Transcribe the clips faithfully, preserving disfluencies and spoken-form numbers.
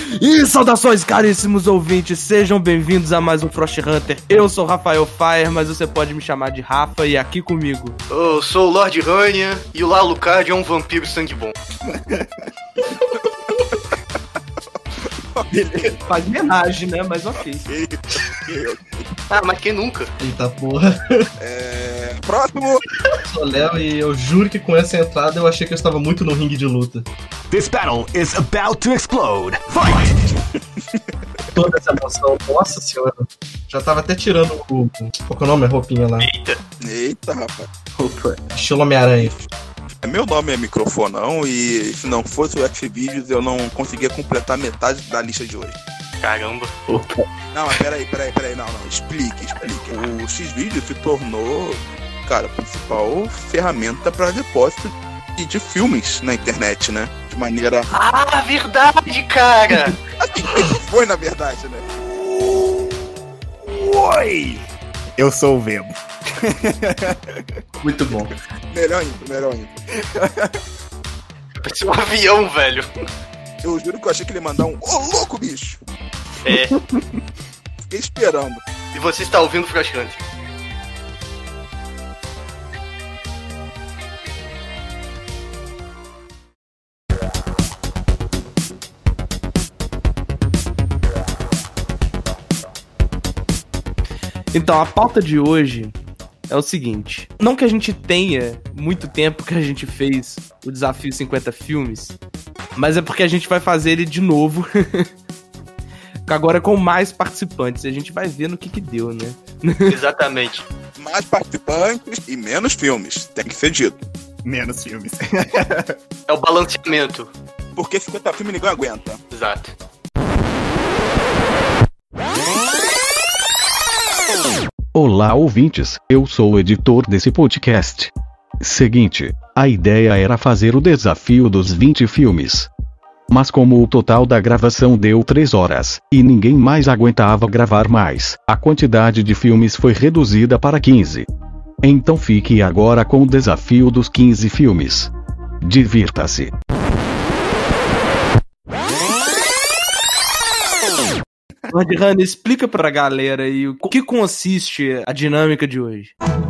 E saudações, caríssimos ouvintes, sejam bem-vindos a mais um Frost Hunter. Eu sou o Rafael Fire, mas você pode me chamar de Rafa, e aqui comigo... Eu sou o Lord Rania, e o Alucard é um vampiro sangue bom. Faz homenagem, né? Mas ok. Ah, mas quem nunca? Eita porra. É... Próximo! Sou o Léo e eu juro que com essa entrada eu achei que eu estava muito no ringue de luta. This battle is about to explode. Fight! Toda essa emoção, nossa senhora. Já tava até tirando o... Qual que é o nome? A roupinha lá. Eita. Eita, rapaz. Opa. Estilo Homem-Aranha. Meu nome é Microfonão e se não fosse o Xvideos eu não conseguia completar metade da lista de hoje. Caramba. Opa. Não, mas peraí, peraí, peraí, não, não, explique, explique. O Xvideos se tornou, cara, a principal ferramenta para depósito de, de filmes na internet, né? De maneira... Ah, verdade, cara! Assim, foi na verdade, né? Oi! Eu sou o Vemo. Muito bom. Melhor ainda, melhor ainda. Parece um avião, velho. Eu juro que eu achei que ele ia mandar um ô louco, bicho! É. Fiquei esperando. E você está ouvindo Frost Hunter. Então, a pauta de hoje é o seguinte. Não que a gente tenha muito tempo que a gente fez o desafio cinquenta filmes, mas é porque a gente vai fazer ele de novo. Agora com mais participantes. A gente vai ver no que que deu, né? Exatamente. Mais participantes e menos filmes, tem que ser dito. Menos filmes. É o balanceamento. Porque cinquenta filmes ninguém aguenta. Exato. Olá, ouvintes, eu sou o editor desse podcast. Seguinte, a ideia era fazer o desafio dos vinte filmes. Mas como o total da gravação deu três horas, e ninguém mais aguentava gravar mais, a quantidade de filmes foi reduzida para quinze. Então fique agora com o desafio dos quinze filmes. Divirta-se. Lord Rani, explica pra galera aí o que consiste a dinâmica de hoje.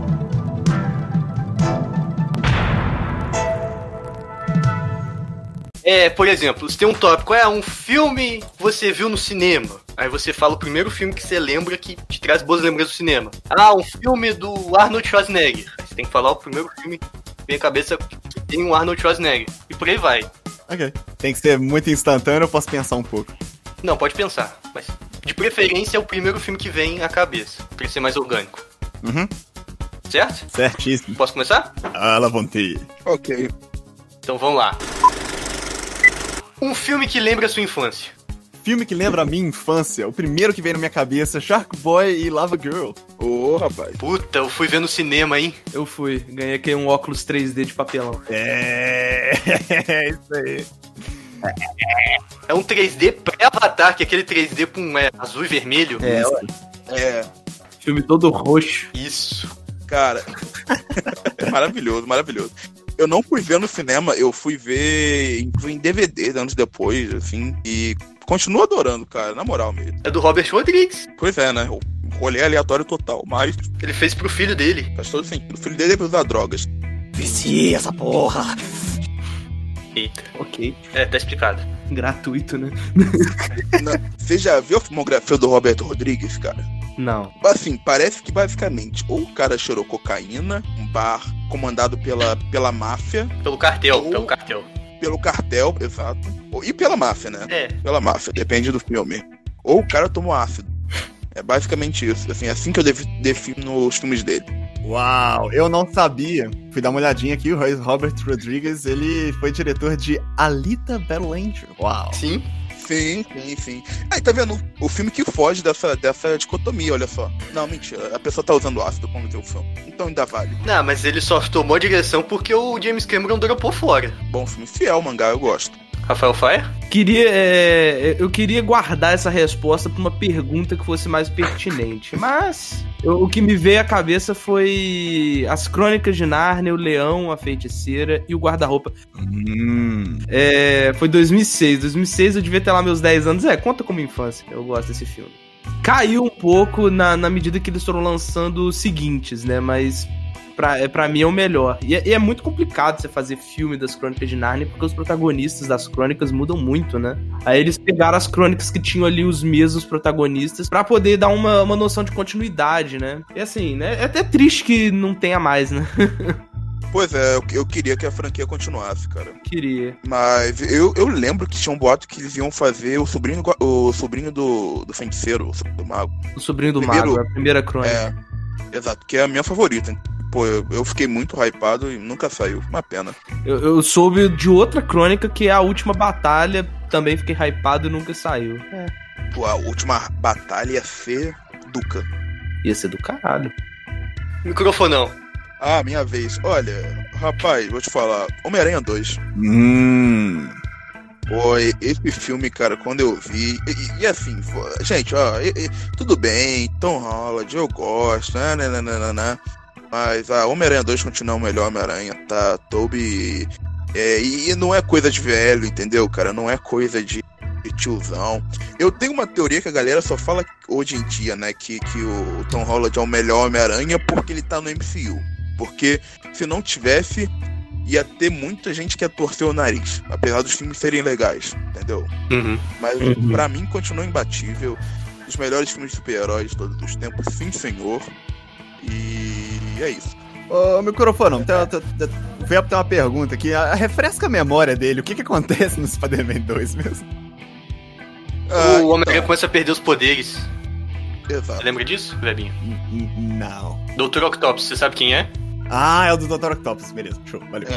É, por exemplo, você tem um tópico, é um filme que você viu no cinema. Aí você fala o primeiro filme que você lembra que te traz boas lembranças do cinema. Ah, um filme do Arnold Schwarzenegger. Aí você tem que falar o primeiro filme que vem à cabeça que tem um Arnold Schwarzenegger. E por aí vai. Ok. Tem que ser muito instantâneo, eu posso pensar um pouco. Não, pode pensar, mas de preferência é o primeiro filme que vem à cabeça, pra ser mais orgânico. Uhum. Certo? Certíssimo. Posso começar? Ah, la vontade. Ok. Então vamos lá. Um filme que lembra a sua infância. Filme que lembra a minha infância. O primeiro que veio na minha cabeça, Shark Boy e Lava Girl. Ô, oh, rapaz. Puta, eu fui ver no cinema, hein? Eu fui, ganhei aqui um óculos três D de papelão. É, isso aí. É um três D pré-Avatar, que é aquele três D com é, azul e vermelho. É, É, filme todo roxo. Isso. cara. Maravilhoso, maravilhoso. Eu não fui ver no cinema, eu fui ver em D V D anos depois, assim, e continuo adorando, cara, na moral mesmo. É do Robert Rodrigues. Pois é, né? O rolê aleatório total, mas Ele fez pro filho dele. faz todo sentido. O filho dele deve usar drogas. Viciei essa porra. Eita. Ok. É, tá explicado. Gratuito, né? Na- Você já viu a filmografia do Robert Rodrigues, cara? Não. Assim, parece que basicamente ou o cara cheirou cocaína, um bar comandado pela, pela máfia, Pelo cartel, Ou- pelo cartel. pelo cartel, exato, ou- e pela máfia, né? É. Pela máfia, depende do filme. Ou o cara tomou ácido. É basicamente isso, assim, é assim que eu defi- defino os filmes dele. Uau, eu não sabia. Fui dar uma olhadinha aqui, o Robert Rodrigues, ele foi diretor de Alita Battle Angel. Uau. Sim. Sim, sim, sim. Aí, tá vendo? O filme que foge dessa, dessa dicotomia, olha só. Não, mentira, a pessoa tá usando ácido quando vê o filme. Então ainda vale. Não, mas ele só tomou a direção porque o James Cameron dropou fora. Bom filme fiel, mangá, eu gosto. Rafael Faia? queria, é, eu queria guardar essa resposta pra uma pergunta que fosse mais pertinente, mas eu, o que me veio à cabeça foi As Crônicas de Nárnia, o Leão, a Feiticeira e o Guarda-Roupa. Hum. É, foi dois mil e seis. dois mil e seis eu devia ter lá meus dez anos. É, conta como infância. Eu gosto desse filme. Caiu um pouco na, na medida que eles foram lançando os seguintes, né? Mas pra, pra mim é o melhor. E é, e é muito complicado você fazer filme das Crônicas de Nárnia, porque os protagonistas das crônicas mudam muito, né? Aí eles pegaram as crônicas que tinham ali os mesmos protagonistas pra poder dar uma, uma noção de continuidade, né? E assim, né? É até triste que não tenha mais, né? Pois é, eu, eu queria que a franquia continuasse, cara. Queria. Mas eu, eu lembro que tinha um boato que eles iam fazer o sobrinho, o sobrinho do, do feiticeiro, do mago. O sobrinho do Primeiro, mago, a primeira crônica. É, exato, que é a minha favorita. Pô, eu, eu fiquei muito hypado e nunca saiu. Uma pena. Eu, eu soube de outra crônica que é a Última Batalha. Também fiquei hypado e nunca saiu. É. Pô, a última batalha ia ser Duca. Ia ser do caralho. Microfonão. Ah, minha vez. Olha, rapaz, vou te falar. Homem-Aranha dois. Hum. Pô, esse filme, cara, quando eu vi... E, e assim, pô, gente, ó, e, e, tudo bem, Tom Holland, eu gosto, né, né, né, né, né, mas a Homem-Aranha dois continua o melhor Homem-Aranha, tá? Tobey... É, e, e não é coisa de velho, entendeu, cara? Não é coisa de, de tiozão. Eu tenho uma teoria que a galera só fala hoje em dia, né, que, que o Tom Holland é o melhor Homem-Aranha porque ele tá no M C U. Porque se não tivesse, ia ter muita gente que ia torcer o nariz, apesar dos filmes serem legais, entendeu? Uhum. Mas Uhum. pra mim continua imbatível. Os melhores filmes de super-heróis de todos os tempos, sim senhor. E é isso. Ô, microfone, tem, tem, tem, o Velpo tem uma pergunta aqui. A, a refresca a memória dele. O que que acontece no Spider-Man dois mesmo? Ah, O Homem-Aranha começa a perder os poderes. Exato. Você lembra disso, Webinho? N- n- Não. doutor Octopus, você sabe quem é? Ah, é o do doutor Octopus. Beleza, show, valeu.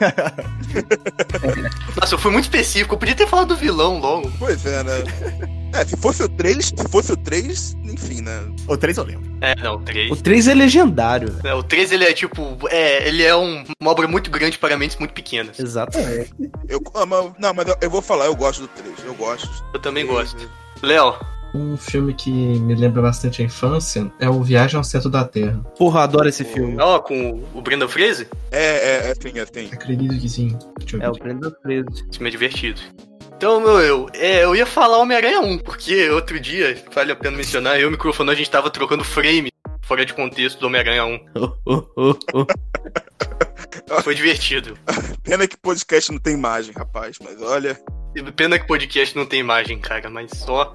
Nossa, eu fui muito específico, eu podia ter falado do vilão logo. Pois é, né? É, se fosse o três, se fosse o três, enfim, né? O três eu lembro. É, não, o três. O três é legendário. É, o três, ele é tipo, é, ele é um- uma obra muito grande para mentes muito pequenas. Exatamente. Eu, ah, mas- não, mas eu, eu vou falar, eu gosto do três, eu gosto. Eu também gosto. Léo, Um filme que me lembra bastante a infância é o Viagem ao Centro da Terra. Porra, eu adoro esse filme. ó, com o Brendan Fraser, É, é, é sim, é sim. Acredito que sim. Deixa eu É, o ver. Brendan Fraser. esse filme é divertido. Então, meu, eu, é, eu ia falar Homem-Aranha um, porque outro dia, vale a pena mencionar, eu e o microfone, a gente tava trocando frame fora de contexto do Homem-Aranha um. Oh, oh, oh, oh. Foi divertido. Pena que podcast não tem imagem, rapaz, mas olha. Pena que podcast não tem imagem, cara, mas só...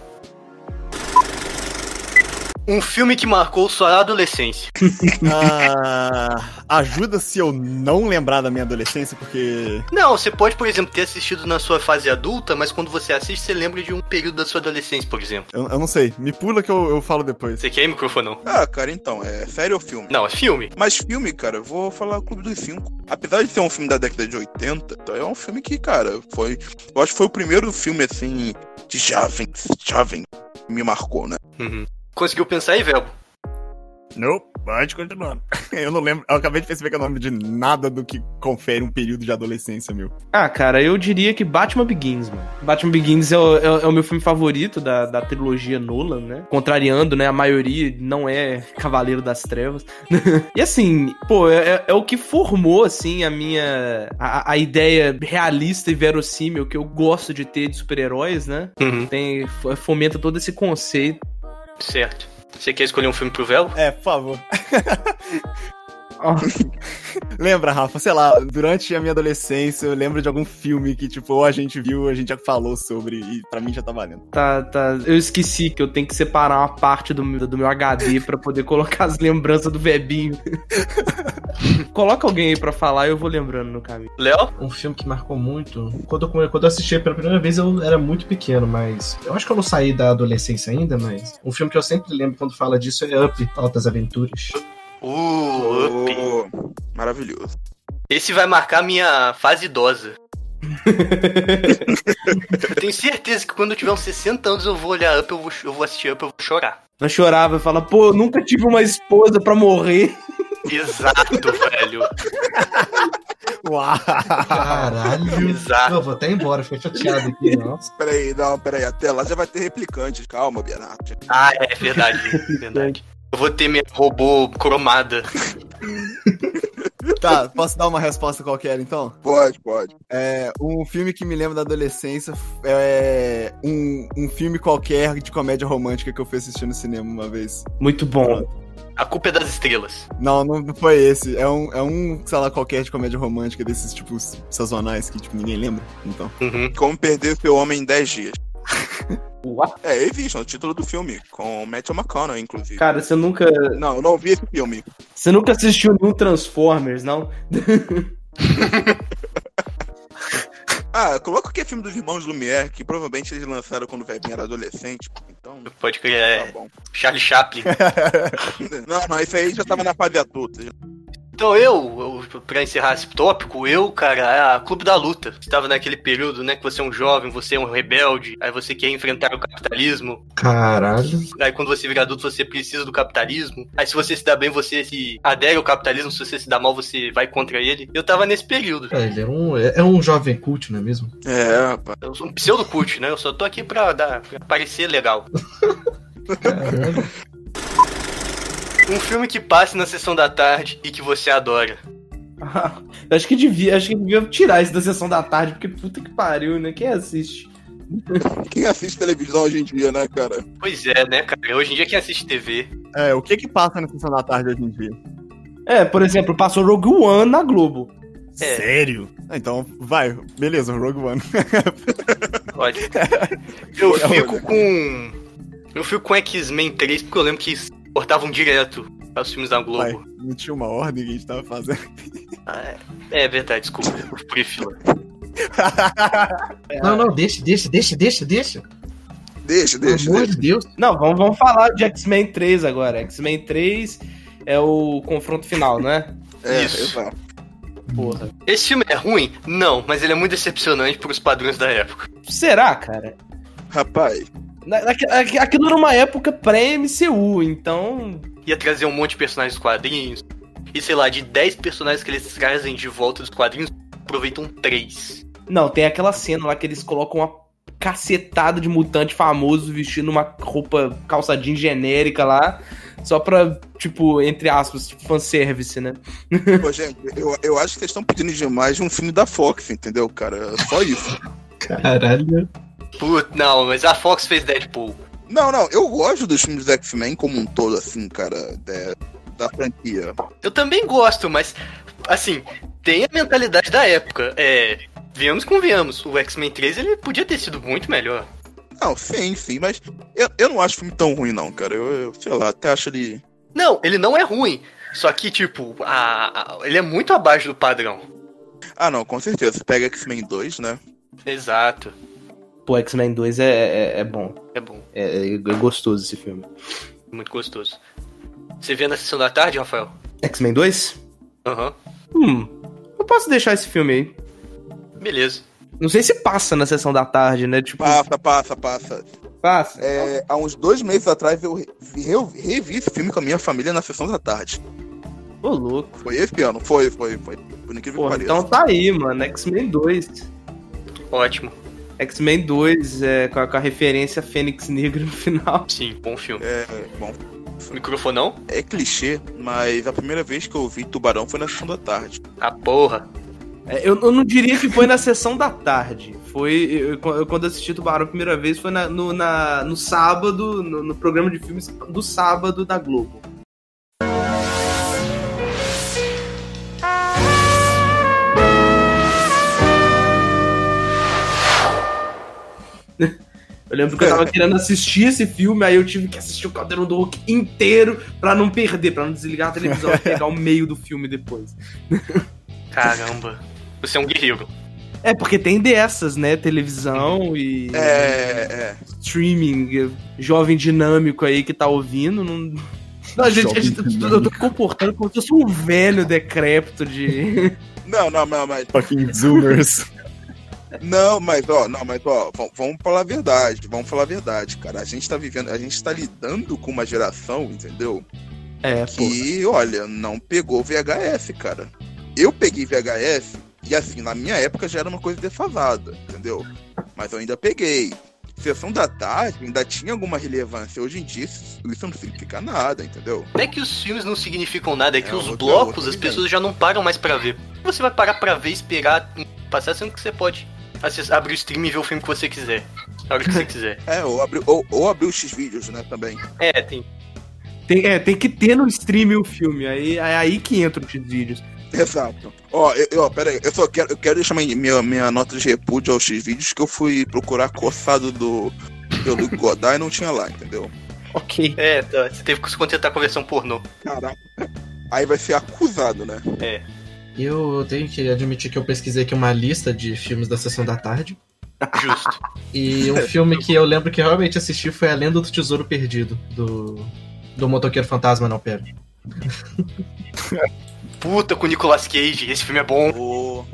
Um filme que marcou sua adolescência. Ah, ajuda se eu não lembrar da minha adolescência, porque... Não, você pode, por exemplo, ter assistido na sua fase adulta, mas quando você assiste, você lembra de um período da sua adolescência, por exemplo. Eu, eu não sei. Me pula que eu, eu falo depois. Você quer microfonão? Ah, cara, então, é série ou filme? Não, é filme. Mas filme, cara, eu vou falar Clube dos Cinco. Apesar de ser um filme da década de oitenta, então é um filme que, cara, foi... Eu acho que foi o primeiro filme, assim, de jovem, jovem, que me marcou, né? Uhum. Conseguiu pensar aí, Velbo? Nope, pode continuar. Eu não lembro, eu acabei de perceber que eu não lembro de nada do que confere um período de adolescência, meu. Ah, cara, eu diria que Batman Begins, mano. Batman Begins é o, é, é o meu filme favorito da, da trilogia Nolan, né? Contrariando, né? A maioria não é Cavaleiro das Trevas. E assim, pô, é, é o que formou, assim, a minha... A, a ideia realista e verossímil que eu gosto de ter de super-heróis, né? Uhum. Tem, fomenta todo esse conceito. Certo. Você quer escolher um filme pro Velbo? É, por favor. Ó, Lembra, Rafa, sei lá, durante a minha adolescência eu lembro de algum filme que, tipo, ou a gente viu, ou a gente já falou sobre, e pra mim já tá valendo. tá, tá. Eu esqueci que eu tenho que separar uma parte do meu, do meu H D pra poder colocar as lembranças do Vebinho. Coloca alguém aí pra falar e eu vou lembrando no caminho. Léo? Um filme que marcou muito. Quando eu, come- quando eu assisti pela primeira vez, eu era muito pequeno, mas. Eu acho que eu não saí da adolescência ainda, mas. Um filme que eu sempre lembro quando fala disso é Up, Altas Aventuras. Uh, Up. Oh, maravilhoso. Esse vai marcar minha fase idosa. Eu tenho certeza que quando eu tiver uns sessenta anos eu vou olhar Up, eu vou, eu vou assistir Up, eu vou chorar. Vai chorar, vai falar, pô, eu nunca tive uma esposa pra morrer. Exato, velho. Uau! Caralho. Exato. Eu vou até embora, fiquei chateado aqui, nossa. Peraí, não, peraí. Até lá já vai ter replicante. Calma, Bernardo. Ah, é verdade, verdade. Eu vou ter minha robô cromada. Tá, posso dar uma resposta qualquer então? Pode, pode. É, um filme que me lembra da adolescência é um, um filme qualquer de comédia romântica que eu fui assistir no cinema uma vez. Muito bom. A Culpa é das Estrelas. Não, não foi esse. É um, é um, sei lá, qualquer de comédia romântica desses, tipo, sazonais que, tipo, ninguém lembra. Então. Uhum. Como perder seu homem em dez dias. What? É, Eviction, o título do filme. Com Matthew McConaughey, inclusive. Cara, você nunca. Não, eu não vi esse filme. Você nunca assistiu nenhum Transformers, não? Ah, coloca que é filme dos Irmãos Lumière, que provavelmente eles lançaram quando o Velhinho era adolescente. Então, Pode crer, é tá bom. Charlie Chaplin. Não, não, esse aí já tava na fase adulta. Então eu, eu, pra encerrar esse tópico, eu, cara, é a Clube da Luta. Você tava naquele período, né, que você é um jovem, você é um rebelde, aí você quer enfrentar o capitalismo. Caralho. Aí quando você vira adulto, você precisa do capitalismo. Aí se você se dá bem, você se adere ao capitalismo. Se você se dá mal, você vai contra ele. Eu tava nesse período. É, ele é um, é, é um jovem cult, não é mesmo? É, rapaz. Eu sou um pseudo-cult, né? Eu só tô aqui pra, dar, pra parecer legal. Caralho. Um filme que passe na sessão da tarde e que você adora. Eu acho que devia, acho que devia tirar isso da sessão da tarde, porque puta que pariu, né? Quem assiste? Quem assiste televisão hoje em dia, né, cara? Pois é, né, cara? Hoje em dia quem assiste T V. É, o que que passa na sessão da tarde hoje em dia? É, por exemplo, passou Rogue One na Globo. É. Sério? Ah, então, vai. Beleza, Rogue One. Pode. Eu fico com... Eu fico com X-Men três, porque eu lembro que cortavam direto os filmes da Globo. Vai, não tinha uma ordem que a gente tava fazendo. Ah, é. é verdade, desculpa. Eu fui fila. Não, não, deixa, deixa, deixa, deixa, deixa. Deixa, deixa, Pelo amor deixa. de Deus. Não, vamos, vamos falar de X-Men três agora. X-Men três é o confronto final, né? É, Isso. exato. Porra. Esse filme é ruim? Não, mas ele é muito decepcionante pros padrões da época. Será, cara? Rapaz, Na- aqu- aqu- Aquilo era uma época pré-M C U, então... Ia trazer um monte de personagens dos quadrinhos. E sei lá, de dez personagens que eles trazem de volta dos quadrinhos, aproveitam três. Não, tem aquela cena lá que eles colocam uma cacetada de mutante famoso vestindo uma roupa, calça jeans genérica lá, só pra, tipo, entre aspas, tipo, fanservice, né? pô, gente, eu, eu acho que vocês estão pedindo demais de um filme da Fox, entendeu, cara? Só isso. Caralho. Putz, não, mas a Fox fez Deadpool. Não, não, eu gosto dos filmes do X-Men como um todo, assim, cara, da, da franquia. Eu também gosto, mas, assim, tem a mentalidade da época. É, viemos com viemos. O X-Men três, ele podia ter sido muito melhor. Não, sim, sim, mas eu, eu não acho o filme tão ruim, não, cara. Eu, eu sei lá, até acho ele. Não, ele não é ruim. Só que, tipo, a, a- ele é muito abaixo do padrão. Ah, não, com certeza. Você pega X-Men dois, né? Exato. Pô, X-Men dois é, é, é bom. É bom. É, é gostoso esse filme. Muito gostoso. Você vê na sessão da tarde, Rafael? X-Men dois? Aham. Hum, eu posso deixar esse filme aí. Beleza. Não sei se passa na sessão da tarde, né? Tipo, Passa, passa, passa. passa. É, há uns dois meses atrás eu re- re- revi esse filme com a minha família na sessão da tarde. Ô, louco. Foi esse ano? Foi, foi, foi. Por incrível Pô, que pareça. então tá aí, mano. X-Men dois. Ótimo. X-Men dois, é, com, a, com a referência Fênix Negra no final. Sim, bom filme. É, bom, Microfonão? é clichê, mas a primeira vez que eu vi Tubarão foi na sessão da tarde. A porra. É, eu, eu não diria que foi na sessão da tarde. Foi. Eu, eu- quando assisti Tubarão a primeira vez foi na- no, na- no sábado, no, no programa de filmes do sábado da Globo. Eu lembro que eu tava querendo assistir esse filme, aí eu tive que assistir o Caldeirão do Hulk inteiro pra não perder, pra não desligar a televisão e pegar o meio do filme depois. Caramba. Você é um guerreiro. É, porque tem dessas, né? Televisão e É, é. streaming, jovem dinâmico aí que tá ouvindo. Não, não a gente, a gente eu tô comportando como se fosse um velho decrépito de. Não, não, não, mas. Fucking Zoomers. Não, mas ó, não, mas ó, v- vamos falar a verdade, vamos falar a verdade, cara. A gente tá vivendo, a gente tá lidando com uma geração, entendeu? É, pô. Que, olha, não pegou V H S, cara. eu peguei V H S e assim, na minha época já era uma coisa defasada, entendeu? Mas eu ainda peguei. Sessão da tarde ainda tinha alguma relevância. Hoje em dia isso não significa nada, entendeu? Não é que os filmes não significam nada, é que É, os outra- blocos outra as ideia. pessoas já não param mais pra ver. Você vai parar pra ver, esperar, passar, sendo que você pode acessar, abrir o stream e ver o filme que você quiser. Na hora que você quiser. É, ou abrir ou, ou abrir os X-Vídeos, né, também. É, tem. Tem, é, tem que ter no stream o filme, aí, é aí que entra os vídeos. Exato. Ó, eu, eu, pera aí, eu só quero, eu quero deixar minha, minha, minha nota de repúdio aos X-Vídeos que eu fui procurar coçado do pelo Godard e não tinha lá, entendeu? Ok. É, tá. Você teve que se contentar com a versão pornô. Caraca. Aí vai ser acusado, né? É. Eu tenho que admitir que eu pesquisei aqui uma lista de filmes da Sessão da Tarde. Justo. E um filme que eu lembro que realmente assisti foi A Lenda do Tesouro Perdido, do, do Motoqueiro Fantasma, não, pera. Puta, com o Nicolas Cage. Esse filme é bom. O...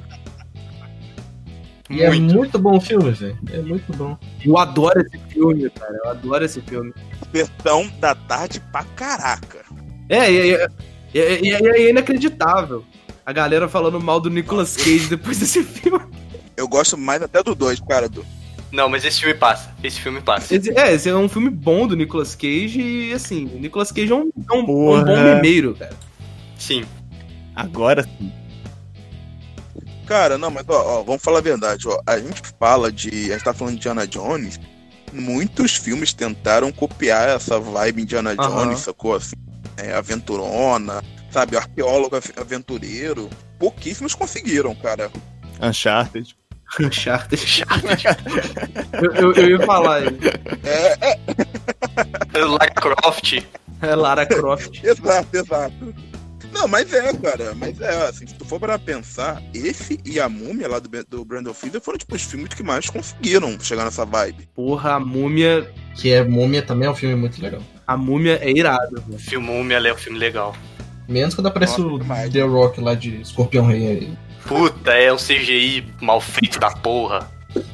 E é Muito. muito bom o filme, velho. É muito bom. Eu adoro esse filme, cara. Eu adoro esse filme. Sessão da tarde pra caraca. É, e é, é, é, é, é inacreditável. A galera falando mal do Nicolas Cage depois desse filme. Eu gosto mais até do dois, cara. Do... Não, mas esse filme passa. Esse filme passa. Esse, é, esse é um filme bom do Nicolas Cage e, assim, o Nicolas Cage é um, é um, um Porra. bom memeiro, cara. Sim. Agora sim. Cara, não, mas ó, ó, vamos falar a verdade, ó. A gente fala de. A gente tá falando de Indiana Jones. Muitos filmes tentaram copiar essa vibe Indiana Jones, Aham. sacou? Assim, é, aventurona, sabe? Arqueólogo av- aventureiro. Pouquíssimos conseguiram, cara. Uncharted. Uncharted. eu, eu, eu ia falar, É, é, Lara Croft. é Lara Croft. exato, exato. Não, mas é, cara. Mas é, assim, se tu for para pensar, esse e a Múmia lá do, do Brandon Fraser foram, tipo, os filmes que mais conseguiram chegar nessa vibe. Porra, a Múmia. Que é Múmia também é um filme muito legal. A Múmia é irada, velho. Filmou Múmia é um filme legal. Menos quando aparece Nossa, o demais. The Rock lá de Escorpião Rei aí. Puta, é um C G I mal feito da porra.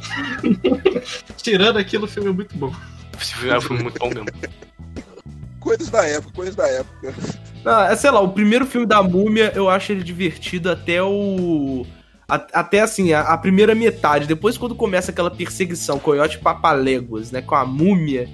Tirando aquilo, o filme é muito bom. Esse filme é um filme muito bom mesmo. Coisas da época, coisas da época. Não, é, sei lá, o primeiro filme da Múmia eu acho ele divertido até o. a- até assim, a, a primeira metade. Depois, quando começa aquela perseguição, Coyote Papaléguas, né, com a Múmia,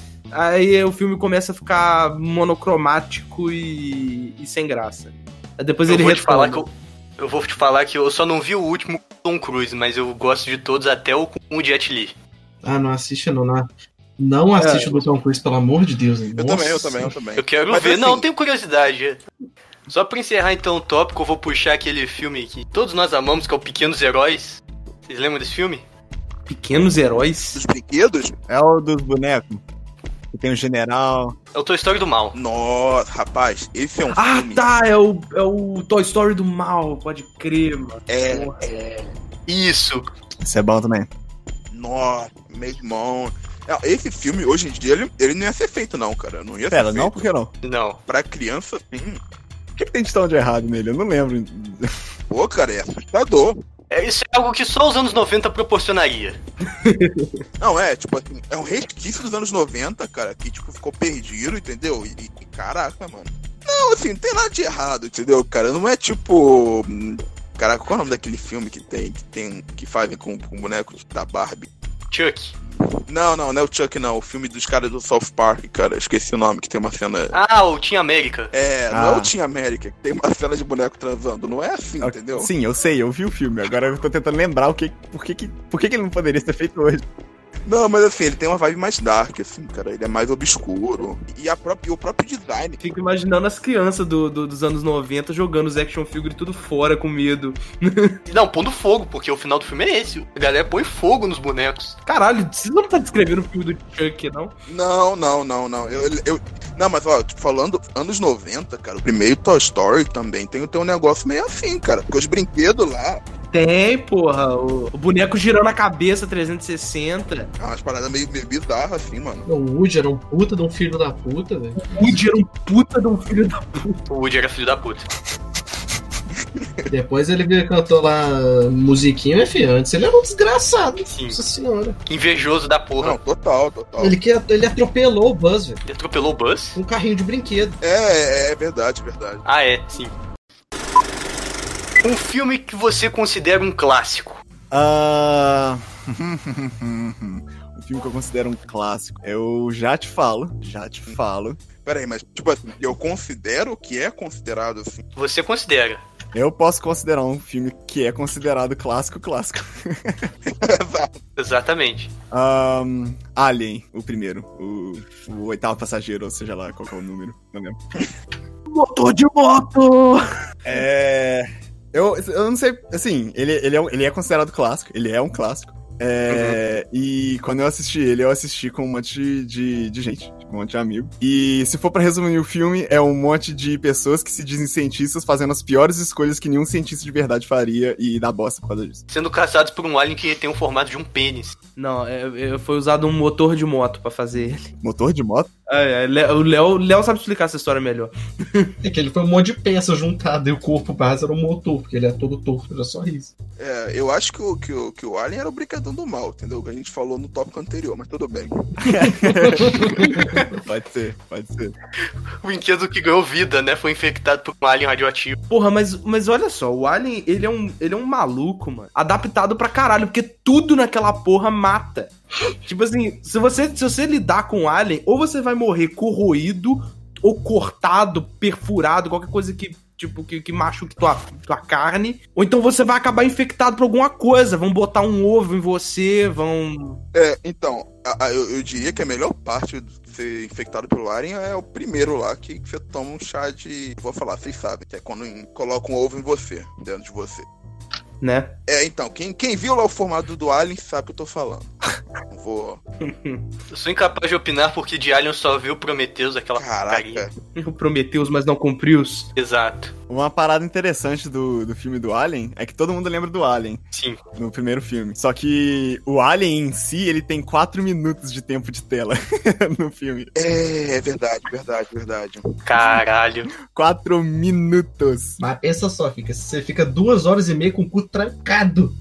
aí o filme começa a ficar monocromático e, e sem graça. Aí depois Eu ele vou te retoma. falar que eu, eu vou te falar que eu só não vi o último com Tom Cruise, mas eu gosto de todos, até o com o Jet Li. Ah, não assiste não. Não, não assiste o do Tom Cruise, pelo amor de Deus. Eu também, eu também, eu também. Eu quero Mas, ver. assim, Não, tenho curiosidade. Só pra encerrar então o tópico, eu vou puxar aquele filme que todos nós amamos, que é o Pequenos Heróis. Vocês lembram desse filme? Pequenos Heróis. Os brinquedos? É o dos bonecos. Que tem o general. É o Toy Story do Mal. Nossa, rapaz, esse é um Ah, filme. tá, é o, é o Toy Story do mal, pode crer, mano. É, Porra. Isso. Isso é bom também. nossa, meu irmão. Não, esse filme, hoje em dia, ele, ele não ia ser feito, não, cara. Não ia Pera, ser não, feito. por que não? Não. Pra criança, sim. O que, que tem de tão de errado nele? Eu não lembro. Pô, cara, é assustador. É, isso é algo que só os anos noventa proporcionaria. Não, é, tipo assim, é um resquício dos anos noventa, cara, que, tipo, ficou perdido, entendeu? E, e caraca, mano. Não, assim, não tem nada de errado, entendeu, cara? Não é tipo. hum, Caraca, qual é o nome daquele filme que tem, que tem, que fazem com, com bonecos da Barbie? Chuck. Não, não, não é o Chuck, não. O filme dos caras do South Park, cara. Esqueci o nome, que tem uma cena. Ah, o Team América. É, não Ah. é o Team América, que tem uma cena de boneco transando. Não é assim, entendeu? Sim, eu sei, eu vi o filme. Agora eu tô tentando lembrar o que, por, que, que, por que, que ele não poderia ser feito hoje. Não, mas assim, ele tem uma vibe mais dark, assim, cara. Ele é mais obscuro. E, a própria, e o próprio design. Fico imaginando as crianças do, do- dos anos noventa jogando os action figures tudo fora, com medo. Não, pondo fogo, porque o final do filme é esse. A galera põe fogo nos bonecos. Caralho, você não tá descrevendo o filme do Chuck, não? Não, não, não, não. Eu, eu... Não, mas ó, tipo, falando anos noventa, cara, o primeiro Toy Story também tem, tem um negócio meio assim, cara. Porque os brinquedos lá, Tem, porra. O, o boneco girando a cabeça trezentos e sessenta. é umas paradas meio, meio bizarras, assim, mano. O Woody era um puta de um filho da puta, velho. O Woody era um puta de um filho da puta. O Woody era filho da puta. Depois ele veio e cantou lá musiquinha, mas filho, antes ele era um desgraçado. Sim. Nossa senhora. Invejoso da porra. Não, total, total. Ele, que, ele atropelou o Buzz, velho. Ele atropelou o Buzz? Com um carrinho de brinquedo. É, é, é verdade, verdade. Ah, é, sim. Um filme que você considera um clássico. Ah... um filme que eu considero um clássico. Eu já te falo, já te falo. Peraí, mas tipo assim, eu considero que é considerado assim. Você considera. Eu posso considerar um filme que é considerado clássico, clássico. Exatamente. Um, Alien, o primeiro. O, o oitavo passageiro, ou seja lá qual que é o número. Não lembro. Motor de moto! É... Eu, eu não sei, assim, ele, ele, é, ele é considerado clássico, ele é um clássico. É, uhum. E quando eu assisti ele, eu assisti com um monte de, de, de gente, com um monte de amigo. E se for pra resumir o filme, é um monte de pessoas que se dizem cientistas fazendo as piores escolhas que nenhum cientista de verdade faria e dá bosta por causa disso. Sendo caçados por um alien que tem o formato de um pênis. Não, é, é, foi usado um motor de moto pra fazer ele. Motor de moto? É, é, o Léo, Léo sabe explicar essa história melhor. É que ele foi um monte de peça juntada e o corpo base era um motor, porque ele é todo torto, era só isso. É, eu acho que o, que, o, que o Alien era o brinquedão do mal, entendeu? Que a gente falou no tópico anterior, mas tudo bem. Pode ser, pode ser. O brinquedo que ganhou vida, né? Foi infectado por um alien radioativo. Porra, mas, mas olha só, o Alien, ele é, um, ele é um maluco, mano. Adaptado pra caralho, porque tudo naquela porra mata. Tipo assim, se você, se você lidar com o Alien, ou você vai morrer corroído, ou cortado, perfurado, qualquer coisa que... Tipo, que, que machuque tua, tua carne. Ou então você vai acabar infectado por alguma coisa. Vão botar um ovo em você, vão... É, então, a, a, eu, eu diria que a melhor parte de ser infectado pelo Alien é o primeiro lá, que você toma um chá de... Vou falar, vocês sabem, que é quando coloca um ovo em você, dentro de você. Né? É, então, quem, quem viu lá o formato do Alien sabe o que eu tô falando. Não vou... Eu sou incapaz de opinar porque de Alien só viu o Prometheus, aquela Caraca. O Prometheus, mas não cumpriu. Exato. Uma parada interessante do, do filme do Alien é que todo mundo lembra do Alien. Sim. No primeiro filme. Só que o Alien em si, ele tem quatro minutos de tempo de tela no filme. É, é verdade, verdade, verdade. Caralho. Quatro minutos. Mas pensa só, fica, você fica duas horas e meia com o cu trancado.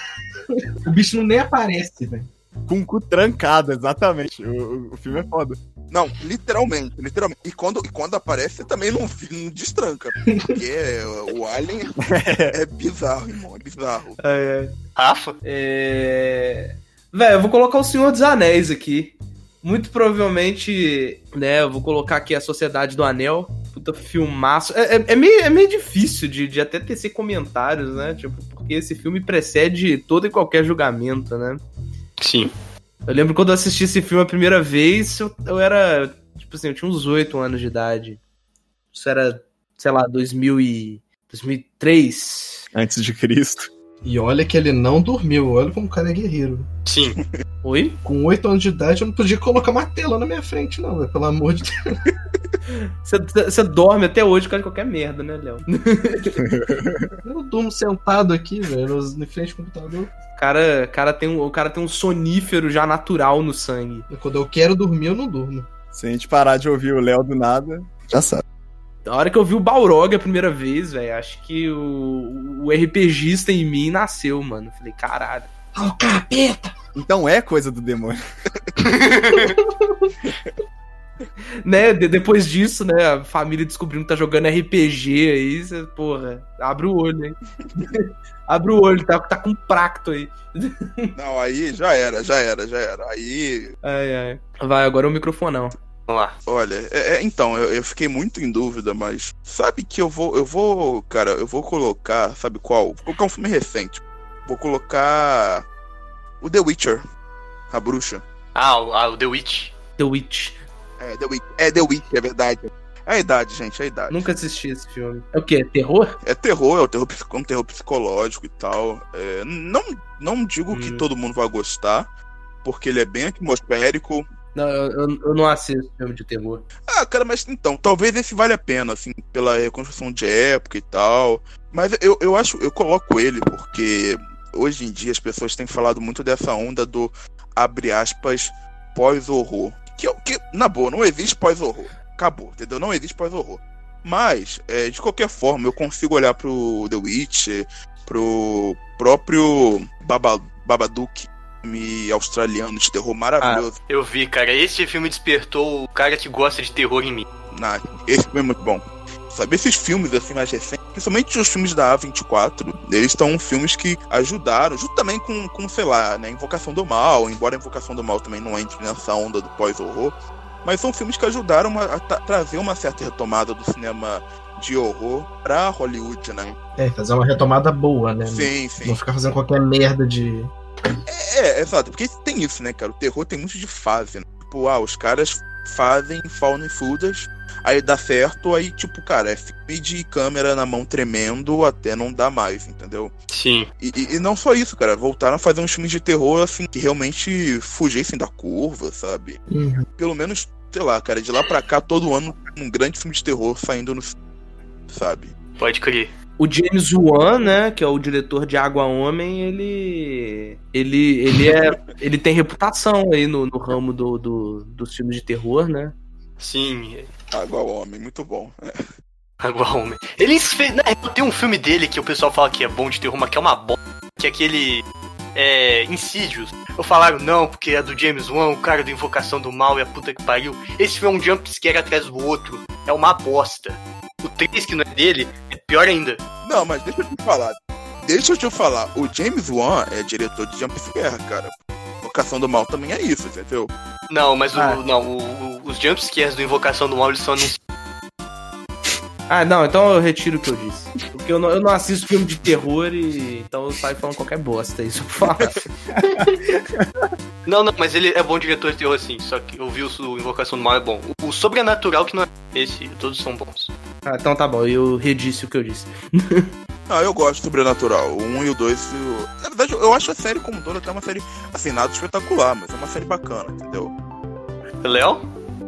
O bicho não nem aparece, velho. Com o cu trancado, exatamente. O, o, o filme é foda. Não, literalmente, literalmente. E quando, e quando aparece, você também não, não destranca. Porque é, o Alien é bizarro, irmão, é bizarro. É, é. Rafa? É... Velho, eu vou colocar o Senhor dos Anéis aqui. Muito provavelmente, né, eu vou colocar aqui a Sociedade do Anel. Puta filmaço. É, é, é, meio, é meio difícil de, de até tecer comentários, né? Tipo, porque esse filme precede todo e qualquer julgamento, né? Sim. Eu lembro quando eu assisti esse filme a primeira vez, eu, eu era, tipo assim, eu tinha uns oito anos de idade. Isso era, sei lá, dois mil e... dois mil e três. Antes de Cristo. E olha que ele não dormiu, olha como o cara é guerreiro. Sim. Oi? Com oito anos de idade eu não podia colocar uma tela na minha frente, não, véio, pelo amor de Deus. Você dorme até hoje por causa de qualquer merda, né, Léo? Eu durmo sentado aqui, velho, em frente ao computador. O cara, cara tem um, o cara tem um sonífero já natural no sangue. Quando eu quero dormir, eu não durmo. Se a gente parar de ouvir o Léo do nada, já sabe. Na hora que eu vi o Balrog a primeira vez, velho, acho que o, o RPGista em mim nasceu, mano. Falei, caralho. Ó, oh, capeta! Então é coisa do demônio. Né, de, depois disso, né, a família descobrindo que tá jogando R P G aí, cê, porra, abre o olho, hein. Abre o olho, tá, tá com um practo aí. Não, aí já era, já era, já era. Aí... Ai, ai. Vai, agora é o microfonão. Vamos lá. Olha, é, é, então, eu, eu fiquei muito em dúvida, mas sabe que eu vou, eu vou, cara, eu vou colocar, sabe qual? Vou colocar um filme recente. Vou colocar o The Witcher, a bruxa. Ah, o, ah, o The Witch. The Witch. É, The Witch, é The Witch, é verdade. É a idade, gente, é a idade. Nunca assisti esse filme. É o quê? Terror? É terror, é um terror, um terror psicológico e tal. É, não, não digo hum. que todo mundo vai gostar, porque ele é bem atmosférico. Não, eu, eu não assisto filme de terror. Ah, cara, mas então, talvez esse vale a pena, assim, pela reconstrução de época e tal. Mas eu, eu acho, eu coloco ele porque hoje em dia as pessoas têm falado muito dessa onda do, abre aspas, pós-horror. Que, que, na boa, não existe pós-horror. Acabou, entendeu? Não existe pós-horror. Mas, é, de qualquer forma, eu consigo olhar pro The Witch, pro próprio Baba, Babadook, filme australiano de terror maravilhoso. Ah, eu vi, cara. Esse filme despertou o cara que gosta de terror em mim. Nah, esse filme é muito bom. Sabe, esses filmes assim mais recentes, principalmente os filmes da A vinte e quatro, eles são filmes que ajudaram, junto também com, com, sei lá, né, Invocação do Mal, embora a Invocação do Mal também não entre nessa onda do pós-horror, mas são filmes que ajudaram a, a tra- trazer uma certa retomada do cinema de horror pra Hollywood, né? É, fazer uma retomada boa, né? Sim, sim. Não ficar fazendo qualquer merda de... É, é, exato, porque tem isso, né, cara? O terror tem muito de fase, né? Tipo, ah, os caras fazem Found Footage, aí dá certo, aí, tipo, cara, é filme de câmera na mão tremendo até não dá mais, entendeu? Sim. E, e, e não só isso, cara, voltaram a fazer uns filmes de terror, assim, que realmente fugissem da curva, sabe? Uhum. Pelo menos, sei lá, cara, de lá pra cá, todo ano, um grande filme de terror saindo no... sabe? Pode crer. O James Wan, né, que é o diretor de Água Homem, ele ele ele é ele tem reputação aí no, no ramo do, do, dos filmes de terror, né? Sim. Água Homem, muito bom. É. Água Homem. Ele fez... Né, tem um filme dele que o pessoal fala que é bom de terror, mas que é uma bosta, que é aquele... É... Insidious. Eu falaram, não, porque é do James Wan, o cara do Invocação do Mal e a puta que pariu. Esse foi um jumpscare atrás do outro. É uma bosta. O três que não é dele, é pior ainda. Não, mas deixa eu te falar. Deixa eu te falar. O James Wan é diretor de Jumpscare, cara. Invocação do Mal também é isso, entendeu? Não, mas Ah. o, não, o, o, os jumpscares do Invocação do Mal, eles são anunciados. Ah, não, então eu retiro o que eu disse. Porque eu não, eu não assisto filme de terror e então eu saio falando qualquer bosta, isso eu falo. Não, não, mas ele é bom diretor de terror, assim. Só que eu vi o, o Invocação do Mal é bom. O, o Sobrenatural, que não é esse, todos são bons. Ah, então tá bom, eu redisse o que eu disse. Ah, eu gosto do Sobrenatural. O um e o dois. O... Na verdade, eu acho a série como toda até uma série, assim, nada espetacular, mas é uma série bacana, entendeu? Léo?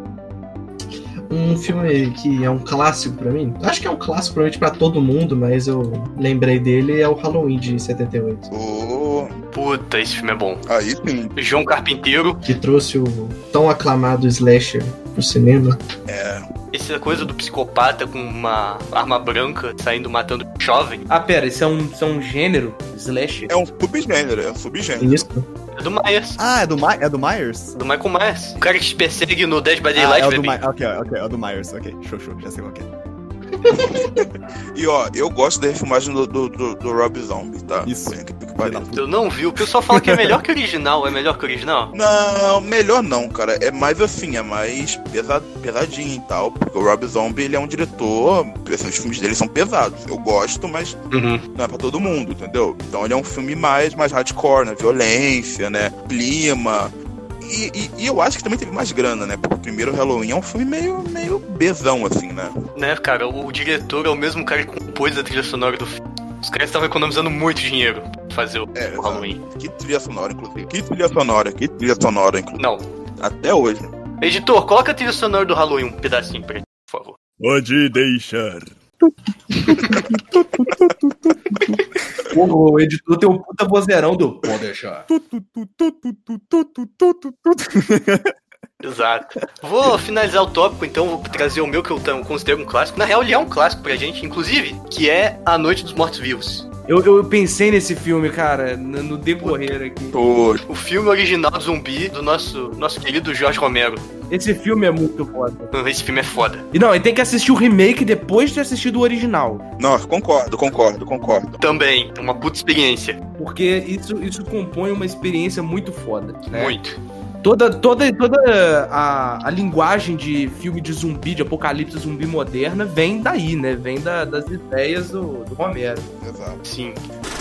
Um filme que é um clássico pra mim, acho que é um clássico provavelmente pra todo mundo, mas eu lembrei dele, é o Halloween de setenta e oito. O... Puta, esse filme é bom. Aí sim. João Carpinteiro. Que trouxe o tão aclamado slasher pro cinema. É. Essa coisa do psicopata com uma arma branca saindo matando jovem. Ah, pera, isso é um, isso é um gênero? Slasher? É um subgênero, é um subgênero. Isso. É do Myers. Ah, é do, My é do Myers? Do Michael Myers. O cara que te persegue no Dead by Ah, Daylight, é o do bebê. My Ok, ok, é o do Myers, ok. Show, show, já sei qual que é. E ó, eu gosto da refilmagem do, do, do, do Rob Zombie, tá? Isso. Por incrível que pareça. Eu não vi. O pessoal fala que é melhor que o original. É melhor que o original? Não, melhor não, cara. É mais assim, é mais pesado, pesadinho e tal. Porque o Rob Zombie, ele é um diretor. Assim, os filmes dele são pesados. Eu gosto, mas Uhum. não é pra todo mundo, entendeu? Então ele é um filme mais, mais hardcore, né? Violência, né? Clima. E, e, e eu acho que também teve mais grana, né? Porque o primeiro Halloween é um filme meio, meio besão, assim, né? Né, cara? O, o diretor é o mesmo cara que compôs a trilha sonora do filme. Os caras estavam economizando muito dinheiro pra fazer o, É, o Halloween. Que trilha sonora, inclusive. Que trilha sonora, que trilha sonora, inclusive. Não. Até hoje. Editor, coloca a trilha sonora do Halloween um pedacinho pra gente, por favor. Pode deixar. O editor tem um puta vozeirão do pode deixar. Exato. Vou finalizar o tópico, então, vou trazer o meu que eu tam- considero um clássico. Na real, ele é um clássico pra gente, inclusive, que é A Noite dos Mortos-Vivos. Eu, eu pensei nesse filme, cara, no no decorrer aqui. Tô... O filme original do zumbi do nosso, nosso querido Jorge Romero. Esse filme é muito foda. Esse filme é foda. E não, ele tem que assistir o remake depois de ter assistido o original. Nossa, concordo, concordo, concordo. Também, é uma puta experiência. Porque isso, isso compõe uma experiência muito foda. Né? Muito. Toda, toda, toda a, a linguagem de filme de zumbi, de apocalipse zumbi moderna, vem daí, né? Vem da- das ideias do, do Romero. Exato. Sim.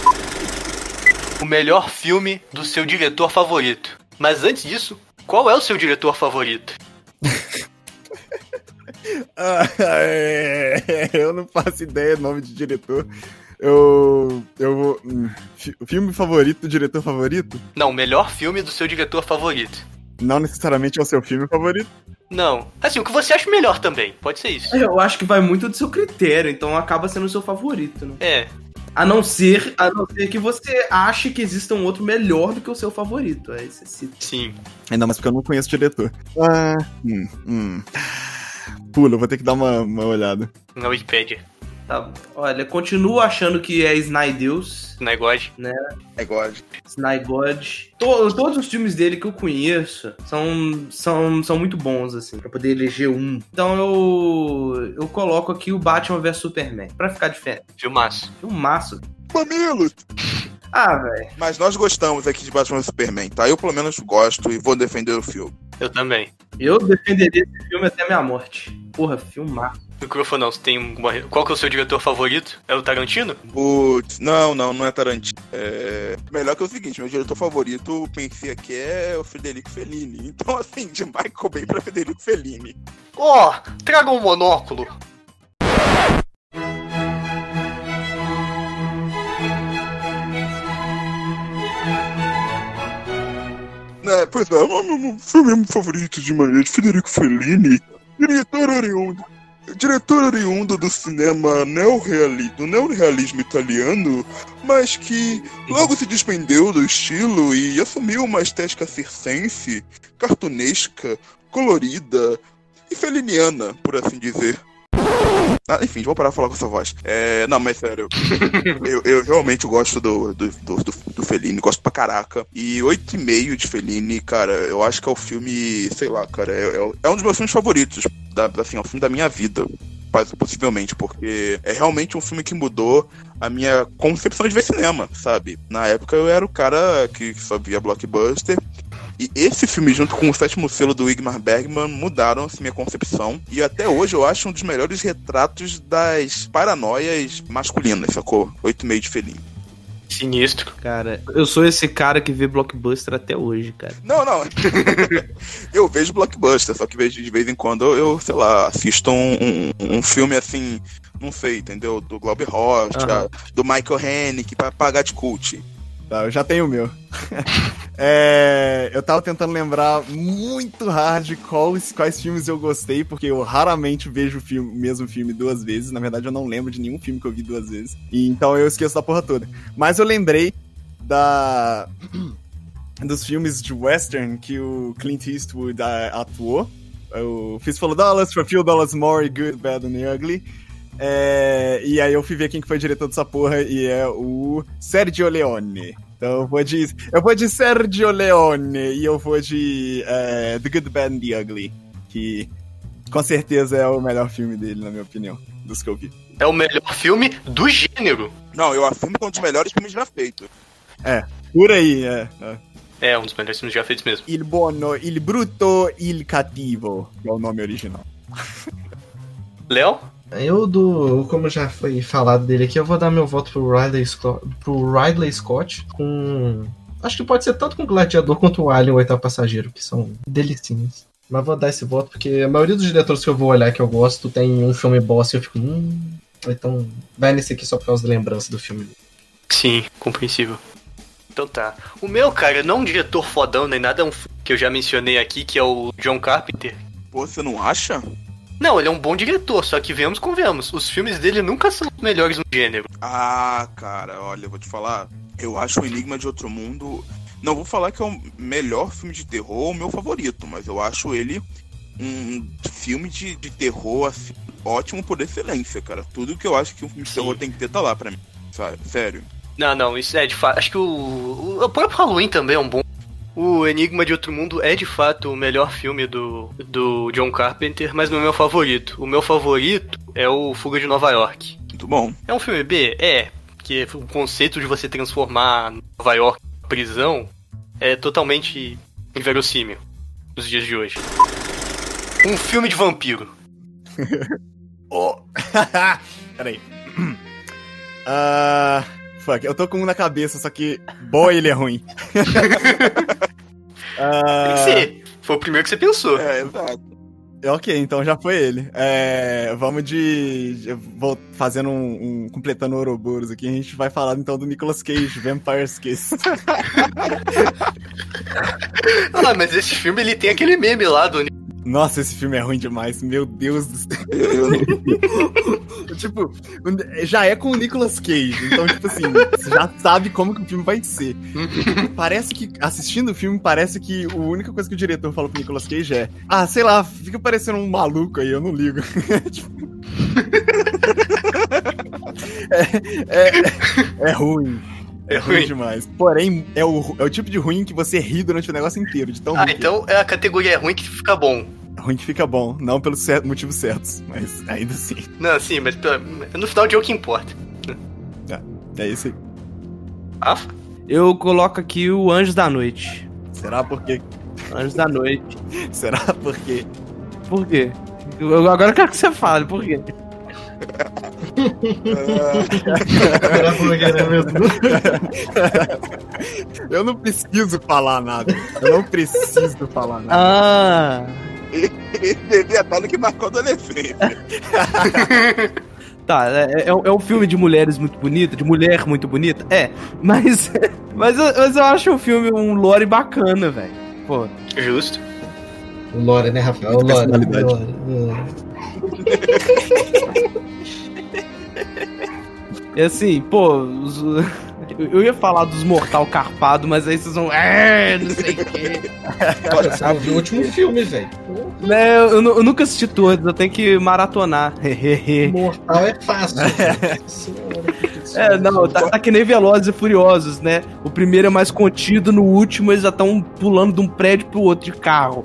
O melhor filme do seu diretor favorito. Mas antes disso, qual é o seu diretor favorito? Ah, é, eu não faço ideia do nome de diretor. Eu. Eu vou. hum, fi- Filme favorito do diretor favorito? Não, o melhor filme do seu diretor favorito. Não necessariamente é o seu filme favorito. Não. Assim, o que você acha melhor também. Pode ser isso. Eu acho que vai muito do seu critério, então acaba sendo o seu favorito, né? É. A não ser, a não ser que você ache que exista um outro melhor do que o seu favorito. Aí você cita. Sim. Ainda mais porque eu não conheço o diretor. Ah. Hum, hum. Pula, eu vou ter que dar uma, uma olhada. Na Wikipédia. Tá, olha, continuo achando que é Snydeus, Snygod. né? É God. Snygod. To, todos os filmes dele que eu conheço são, são, são muito bons, assim, pra poder eleger um. Então eu, eu coloco aqui o Batman versus Superman, pra ficar diferente. Filmaço. Filmaço. Mamilos! Ah, velho. Mas nós gostamos aqui de Batman e Superman, tá? Eu pelo menos gosto e vou defender o filme. Eu também. Eu defenderia esse filme até minha morte. Porra, filmaço. Microfonão, você tem uma... Qual que é o seu diretor favorito? É o Tarantino? Putz, não, não, não é Tarantino. É... Melhor que é o seguinte, meu diretor favorito, pensei aqui, é o Federico Fellini. Então, assim, de Michael Bay pra Federico Fellini. Ó, oh, traga um monóculo. É, pois é, o meu filme favorito de manhã de Federico Fellini, diretor oriundo, diretor oriundo do cinema neorreali, do neorrealismo italiano, mas que logo se despendeu do estilo e assumiu uma estética circense, cartunesca, colorida e feliniana, por assim dizer. Ah, enfim, vou parar de falar com essa voz. É, não, mas sério, eu, eu realmente gosto do, do, do, do Fellini, gosto pra caraca. E oito e meio de Fellini, cara, eu acho que é o filme, sei lá, cara, é, é, é um dos meus filmes favoritos, da, assim, é o filme da minha vida, possivelmente, porque é realmente um filme que mudou a minha concepção de ver cinema, sabe? Na época eu era o cara que só via blockbuster. E esse filme, junto com o Sétimo Selo do Ingmar Bergman, mudaram assim, minha concepção. E até hoje eu acho um dos melhores retratos das paranoias masculinas, sacou? Oito e meio de Fellini. Sinistro. Cara, eu sou esse cara que vê blockbuster até hoje, cara. Não, não. Eu vejo blockbuster, só que de vez em quando eu, sei lá, assisto um, um, um filme assim, não sei, entendeu? Do Glauber Rocha, uhum. do Michael Haneke, pra pagar de cult. Tá, eu já tenho o meu. é, eu tava tentando lembrar muito hard quais, quais filmes eu gostei, porque eu raramente vejo o, filme, o mesmo filme duas vezes. Na verdade, eu não lembro de nenhum filme que eu vi duas vezes. E, então eu esqueço da porra toda. Mas eu lembrei da... dos filmes de western que o Clint Eastwood atuou. O Fistful of Dollars, For a Few Dollars More, Good, Bad and Ugly. É, e aí eu fui ver quem que foi o diretor dessa porra, e é o Sergio Leone. Então eu vou de, eu vou de Sergio Leone, e eu vou de é, The Good, Bad and the Ugly, que com certeza é o melhor filme dele, na minha opinião, dos que eu vi. É o melhor filme do gênero. Não, eu afirmo que é um dos melhores filmes já feitos. É, por aí, é. É, é um dos melhores filmes já feitos mesmo. Il Buono, Il Brutto, Il Cattivo, que é o nome original. Léo? Eu, do, como já foi falado dele aqui, eu vou dar meu voto pro Ridley Scott, pro Ridley Scott com... Acho que pode ser tanto com o Gladiador quanto o Alien, o Oitavo Passageiro, que são delicinhos. Mas vou dar esse voto porque a maioria dos diretores que eu vou olhar que eu gosto tem um filme boss e eu fico... Hum... Então vai nesse aqui só por causa da lembrança do filme. Sim, compreensível. Então tá. O meu, cara, não é um diretor fodão nem nada, é um filme que eu já mencionei aqui, que é o John Carpenter. Pô, você não acha? Não, ele é um bom diretor, só que vemos com vemos. Os filmes dele nunca são os melhores no gênero. Ah, cara, olha, eu vou te falar. Eu acho o Enigma de Outro Mundo... Não vou falar que é o melhor filme de terror, o meu favorito, mas eu acho ele um filme de, de terror, assim, ótimo por excelência, cara. Tudo que eu acho que um filme de Sim. terror tem que ter tá lá pra mim, sabe? Sério. Não, não, isso é de fato... Acho que o, o próprio Halloween também é um bom... O Enigma de Outro Mundo é de fato o melhor filme do, do John Carpenter, mas não é o meu favorito. O meu favorito é o Fuga de Nova York. Muito bom. É um filme B? É, porque o conceito de você transformar Nova York em prisão é totalmente inverossímil nos dias de hoje. Um filme de vampiro. Oh. Peraí. Ah... Uh... Fuck, eu tô com um na cabeça, só que boy, ele é ruim. uh... Tem que ser. Foi o primeiro que você pensou. É, exato. Ok, então já foi ele. É, vamos de... Eu vou fazendo um, um... completando o Ouroboros aqui, a gente vai falar então do Nicolas Cage, Vampire's Kiss. Ah, mas esse filme, ele tem aquele meme lá do... Nossa, esse filme é ruim demais, meu Deus do céu. Tipo, já é com o Nicolas Cage, então, tipo assim, você já sabe como que o filme vai ser. Parece que, assistindo o filme, parece que a única coisa que o diretor falou pro Nicolas Cage é: ah, sei lá, fica parecendo um maluco aí, eu não ligo. Tipo... É, é ruim. É É ruim ruim. demais. Porém, é o, é o tipo de ruim que você ri durante o negócio inteiro, de tão Ah, ruim. que então é a categoria ruim que fica bom. é. Ruim que fica bom, não pelos cer- motivos certos, mas ainda assim. Não, sim, mas pela- no final de é o que importa. É isso aí. Rafa? Eu coloco aqui o Anjos da Noite. Será porque. Anjos da Noite. Será porque. Por quê? Eu, agora eu quero que você fale, por quê? Era blogueira mesmo. Eu não preciso falar nada. Eu não preciso falar nada. Ah! Esse devia estar no que marcou a adolescência. Tá, é, é, um- é um filme de mulheres muito bonita, de mulher muito bonita? É, mas, mas, eu, mas eu acho o filme um lore bacana, velho. Pô, Justo. O Lore, né, Rafael? O Lore. Personalidade. O Lore, o Lore. é assim, pô, os- eu, eu ia falar dos Mortal Carpado, mas aí vocês vão. É, não sei o quê. Cara, você não viu o último filme, velho. Né, eu, eu nu- eu nunca assisti todos, eu tenho que maratonar. Mortal é fácil. velho. Senhora, que que É, não, tá, tá que nem Velozes e Furiosos, né? O primeiro é mais contido, no último eles já estão pulando de um prédio pro outro de carro.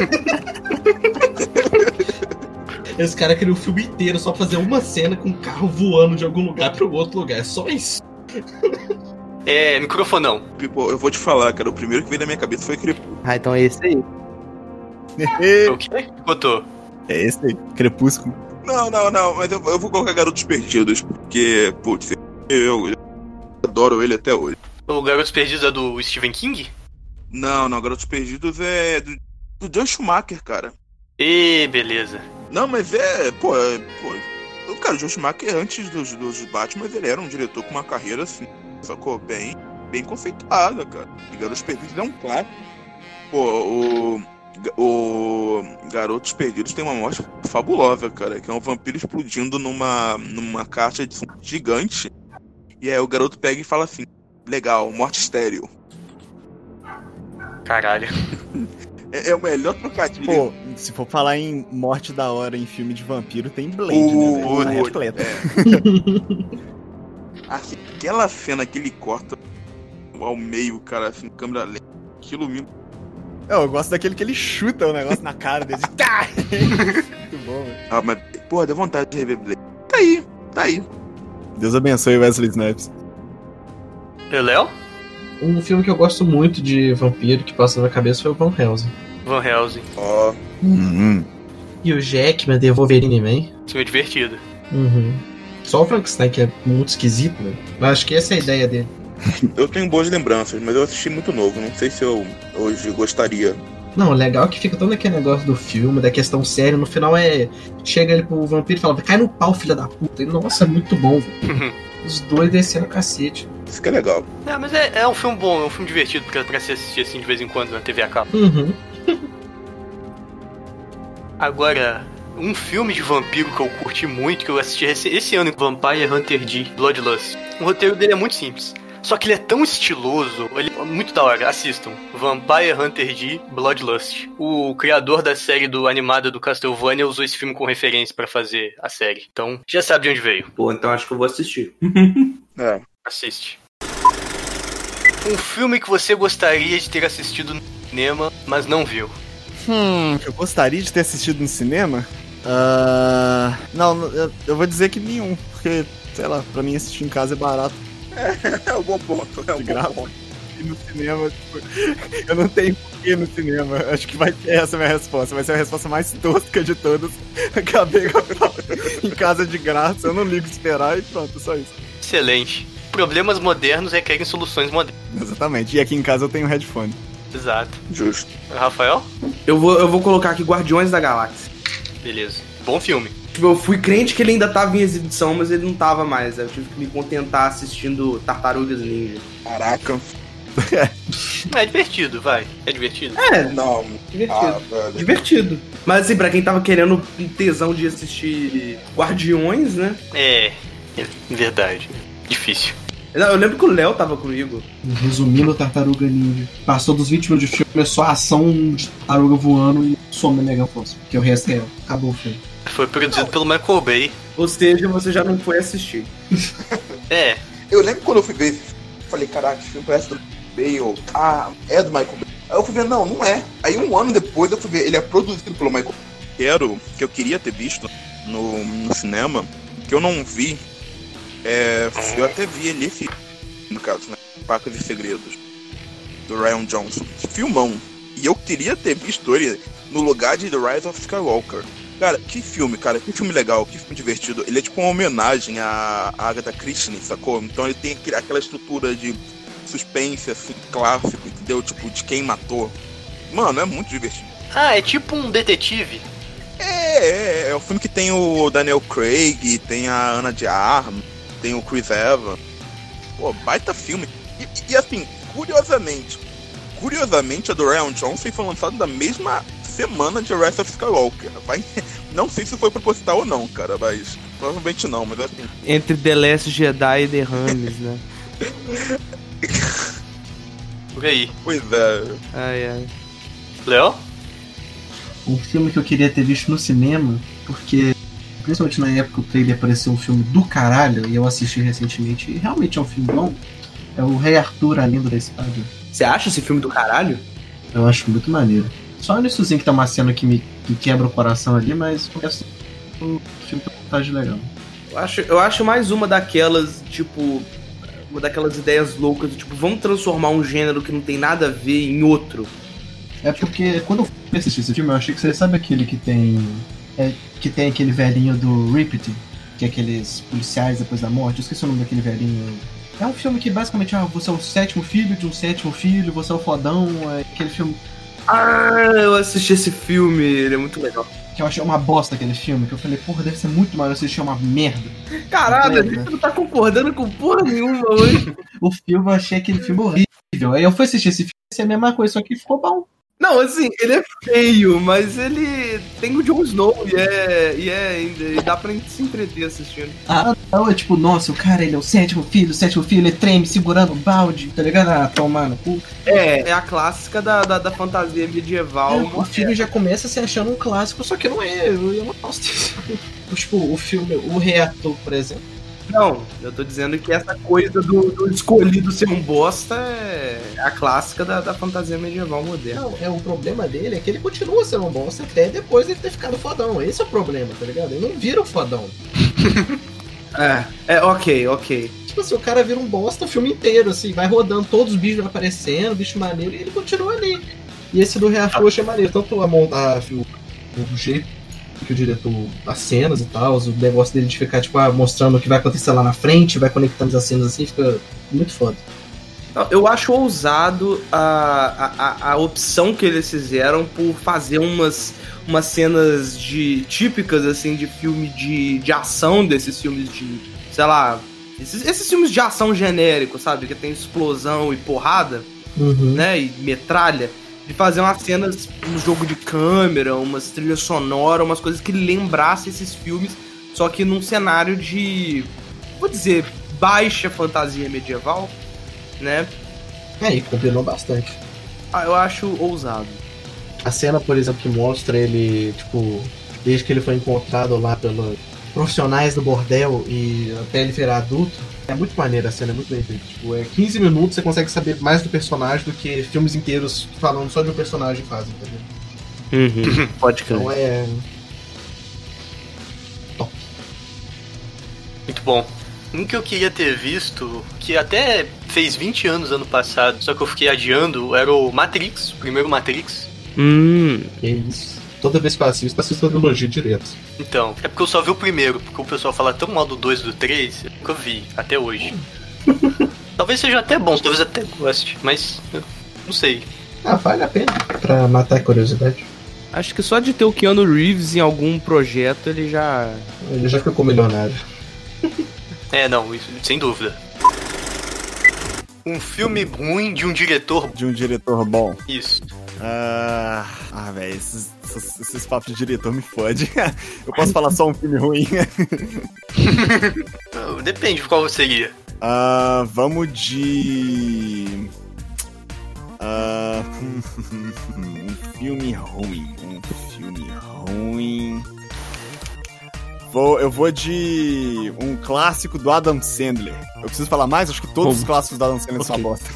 Esse cara queria o filme inteiro só fazer uma cena com um carro voando de algum lugar pro outro lugar. É só isso. É, microfonão. Pipo, eu vou te falar, cara, o primeiro que veio na minha cabeça foi Crepúsculo. Ah, então é esse aí. O quê? Botou. É esse aí. Crepúsculo. Não, não, não, mas eu, eu vou colocar Garotos Perdidos, porque, putz, eu, eu adoro ele até hoje. O Garotos Perdidos é do Stephen King? Não, não, Garotos Perdidos é do, do Joel Schumacher, cara. E beleza. Não, mas é, pô, é, pô, o cara, o Joel Schumacher, antes dos, dos Batman, ele era um diretor com uma carreira, assim, sacou? Bem, bem conceituada, cara. E Garotos Perdidos é um clássico. Pô, o, o Garotos Perdidos tem uma morte fabulosa, cara, que é um vampiro explodindo numa, numa caixa de som gigante. E aí o garoto pega e fala assim, legal, morte estéril. Caralho. É, é o melhor trocadilho. Pô, se for falar em morte da hora em filme de vampiro, tem Blade, O- né? o- velho? Tá repleta. Assim, aquela cena que ele corta ao meio, cara, assim, câmera lenta, que ilumina. Eu, eu gosto daquele que ele chuta o negócio na cara dele. Tá! Muito bom, velho. Ah, mas, porra, deu vontade de rever Blade. Tá aí, tá aí. Deus abençoe Wesley Snipes. E o Léo? Um filme que eu gosto muito de vampiro que passa na minha cabeça foi o Van Helsing. Van Helsing. Ó, Uhum. E o Jackman de Wolverine Man. Filme divertido. Uhum. Só o Frankenstein que é muito esquisito, né? Mas acho que essa é a ideia dele. eu tenho boas lembranças, mas eu assisti muito novo. Não sei se eu hoje gostaria. Não, o legal é que fica todo aquele negócio do filme, da questão séria. No final é. Chega ele pro vampiro e fala, cai no pau, filha da puta. E, nossa, é muito bom, velho. Os dois descendo o cacete. Isso que é legal. É, mas é, é um filme bom, é um filme divertido pra, pra se assistir assim de vez em quando na T V a cabo. Uhum. Agora, um filme de vampiro que eu curti muito, que eu assisti esse, esse ano, Vampire Hunter D, Bloodlust. O roteiro dele é muito simples. Só que ele é tão estiloso, ele é muito da hora, assistam. Vampire Hunter D, Bloodlust. O criador da série do animada do Castlevania usou esse filme como referência pra fazer a série. Então, já sabe de onde veio. Pô, então acho que eu vou assistir. É. Assiste. Um filme que você gostaria de ter assistido no cinema, mas não viu. Hum, que eu gostaria de ter assistido no cinema? Ah, não, eu, eu vou dizer que nenhum, porque, sei lá, pra mim assistir em casa é barato, É um bom ponto. É um de bom graça. ponto. E no cinema, tipo, eu não tenho porquê no cinema. Acho que vai ser essa a minha resposta. Vai ser a resposta mais tosca de todas. Acabei com a- em casa de graça, eu não ligo esperar e pronto, só isso. Excelente. Problemas modernos requerem soluções modernas. Exatamente. E aqui em casa eu tenho headphone. Exato. Justo. Rafael? Eu vou, eu vou colocar aqui Guardiões da Galáxia. Beleza. Bom filme. Tipo, eu fui crente que ele ainda tava em exibição, mas ele não tava mais. Aí eu tive que me contentar assistindo Tartarugas Ninja. Caraca. É divertido, vai. É divertido. É, Não. divertido. Ah, velho. Divertido. Mas assim, pra quem tava querendo um tesão de assistir Guardiões, né? É, é verdade. Difícil. Não, eu lembro que o Léo tava comigo. Resumindo, Tartaruga Ninja. Passou dos vinte minutos de filme, começou a ação de tartaruga voando e some na Mega Force. Porque o resto é. Acabou o filme. Foi produzido não. pelo Michael Bay. Ou seja, você já não foi assistir. É. Eu lembro quando eu fui ver, falei, caraca, esse filme parece do Bale. Ah, é do Michael Bay. Aí eu fui ver, não, não é. Aí um ano depois eu fui ver, ele é produzido pelo Michael Bay. Quero, que eu queria ter visto no, no cinema, que eu não vi. É, eu até vi ele, esse, no caso, né? Facas e Segredos, do Rian Johnson. Filmão. E eu queria ter visto ele no lugar de The Rise of Skywalker. Cara, que filme, cara, que filme legal, que filme divertido. Ele é tipo uma homenagem à Agatha Christie, sacou? Então ele tem aquela estrutura de suspense, assim, clássico, entendeu? Tipo, de quem matou. Mano, é muito divertido. Ah, é tipo um detetive. É, é, é o filme que tem o Daniel Craig, tem a Ana de Armas, tem o Chris Evans. Pô, baita filme. E, e assim, curiosamente, curiosamente a do Rian Johnson foi lançada na mesma semana de Rise of Skywalker. Vai, não sei se foi proposital ou não, cara, mas provavelmente não, mas assim. Entre The Last Jedi e The Rames, né? Por aí. Pois é. Ai, ai. Léo? Um filme que eu queria ter visto no cinema, porque principalmente na época o trailer pareceu um filme do caralho, e eu assisti recentemente, e realmente é um filme bom, é o Rei Arthur, a Lenda da Espada. Você acha esse filme do caralho? Eu acho muito maneiro. Só niçozinho que tá uma cena que me que quebra o coração ali, mas o resto do filme tem uma vontade legal. Eu acho, eu acho mais uma daquelas, tipo, uma daquelas ideias loucas, tipo, vamos transformar um gênero que não tem nada a ver em outro. É porque quando eu fui assistir esse filme, eu achei que você sabe aquele que tem. É, que tem aquele velhinho do Riptide, que é aqueles policiais depois da morte. Eu esqueci o nome daquele velhinho. É um filme que basicamente, ah, você é o sétimo filho de um sétimo filho, você é o fodão, é aquele filme. Ah, eu assisti esse filme, ele é muito legal. Que eu achei uma bosta aquele filme, que eu falei, porra, deve ser muito mal, eu assisti uma merda. Caralho, a gente não tá concordando com porra nenhuma hoje. O filme, eu achei aquele filme horrível. Aí eu fui assistir esse filme, é a mesma coisa, só que ficou bom. Não, assim, ele é feio, mas ele tem o Jon Snow e é. E, é, e dá pra se entreter assistindo. Ah, não, é tipo, nossa, o cara, ele é o sétimo filho, o sétimo filho, ele treme segurando o balde, tá ligado? Ah, tomando cu. É, é a clássica da, da, da fantasia medieval. É, o filme já começa se achando um clássico, só que não é, eu não gosto disso. Tipo, o filme, o Rei Arthur, por exemplo. Não, eu tô dizendo que essa coisa do, do escolhido ser um bosta é a clássica da, da fantasia medieval moderna. Não, é, o problema dele é que ele continua sendo um bosta até depois de ter ficado fodão. Esse é o problema, tá ligado? Ele não vira um fodão. é, é, ok, ok. Tipo assim, o cara vira um bosta o filme inteiro, assim, vai rodando, todos os bichos aparecendo, bicho maneiro, e ele continua ali. E esse do Rei Arthur eu achei maneiro, tanto a, a, o, o jeito que o diretor, as cenas e tal, o negócio dele de ficar, tipo, ah, mostrando o que vai acontecer lá na frente, vai conectando as cenas assim, fica muito foda. Eu acho ousado a, a, a opção que eles fizeram por fazer umas, umas cenas de, típicas, assim, de filme de, de ação, desses filmes de, sei lá, esses, esses filmes de ação genérico, sabe, que tem explosão e porrada, uhum. né, e metralha. De fazer umas cenas, um jogo de câmera, umas trilhas sonoras, umas coisas que lembrassem esses filmes, só que num cenário de, vou dizer, baixa fantasia medieval, né? É, e combinou bastante. Ah, eu acho ousado. A cena, por exemplo, que mostra ele, tipo, desde que ele foi encontrado lá pelos profissionais do bordel e até ele virar adulto, é muito maneira a cena, é muito bem feita. Tipo, é quinze minutos você consegue saber mais do personagem do que filmes inteiros falando só de um personagem fazem, entendeu? Uhum, pode crer. Então é. Top. Muito bom. Um que eu queria ter visto, que até fez vinte anos ano passado, só que eu fiquei adiando, era o Matrix, o primeiro Matrix. Hum. Que isso. Toda vez que eu assisto, eu assisto a trilogia direto. Então, é porque eu só vi o primeiro, porque o pessoal fala tão mal do dois e do três, eu nunca vi, até hoje. Talvez seja até bom, talvez até goste, mas eu não sei. Ah, vale a pena, pra matar a curiosidade. Acho que só de ter o Keanu Reeves em algum projeto, ele já... Ele já ficou milionário. É, não, isso, sem dúvida. Um filme ruim de um diretor... De um diretor bom. Isso. Ah, ah velho, esses, esses, esses papos de diretor me fodem. Eu posso falar só um filme ruim? Depende de qual seria. Ah, vamos de... Ah, um filme ruim. Um filme ruim... Vou, eu vou de um clássico do Adam Sandler. Eu preciso falar mais? Acho que todos Como? os clássicos do Adam Sandler Ok. são uma bosta.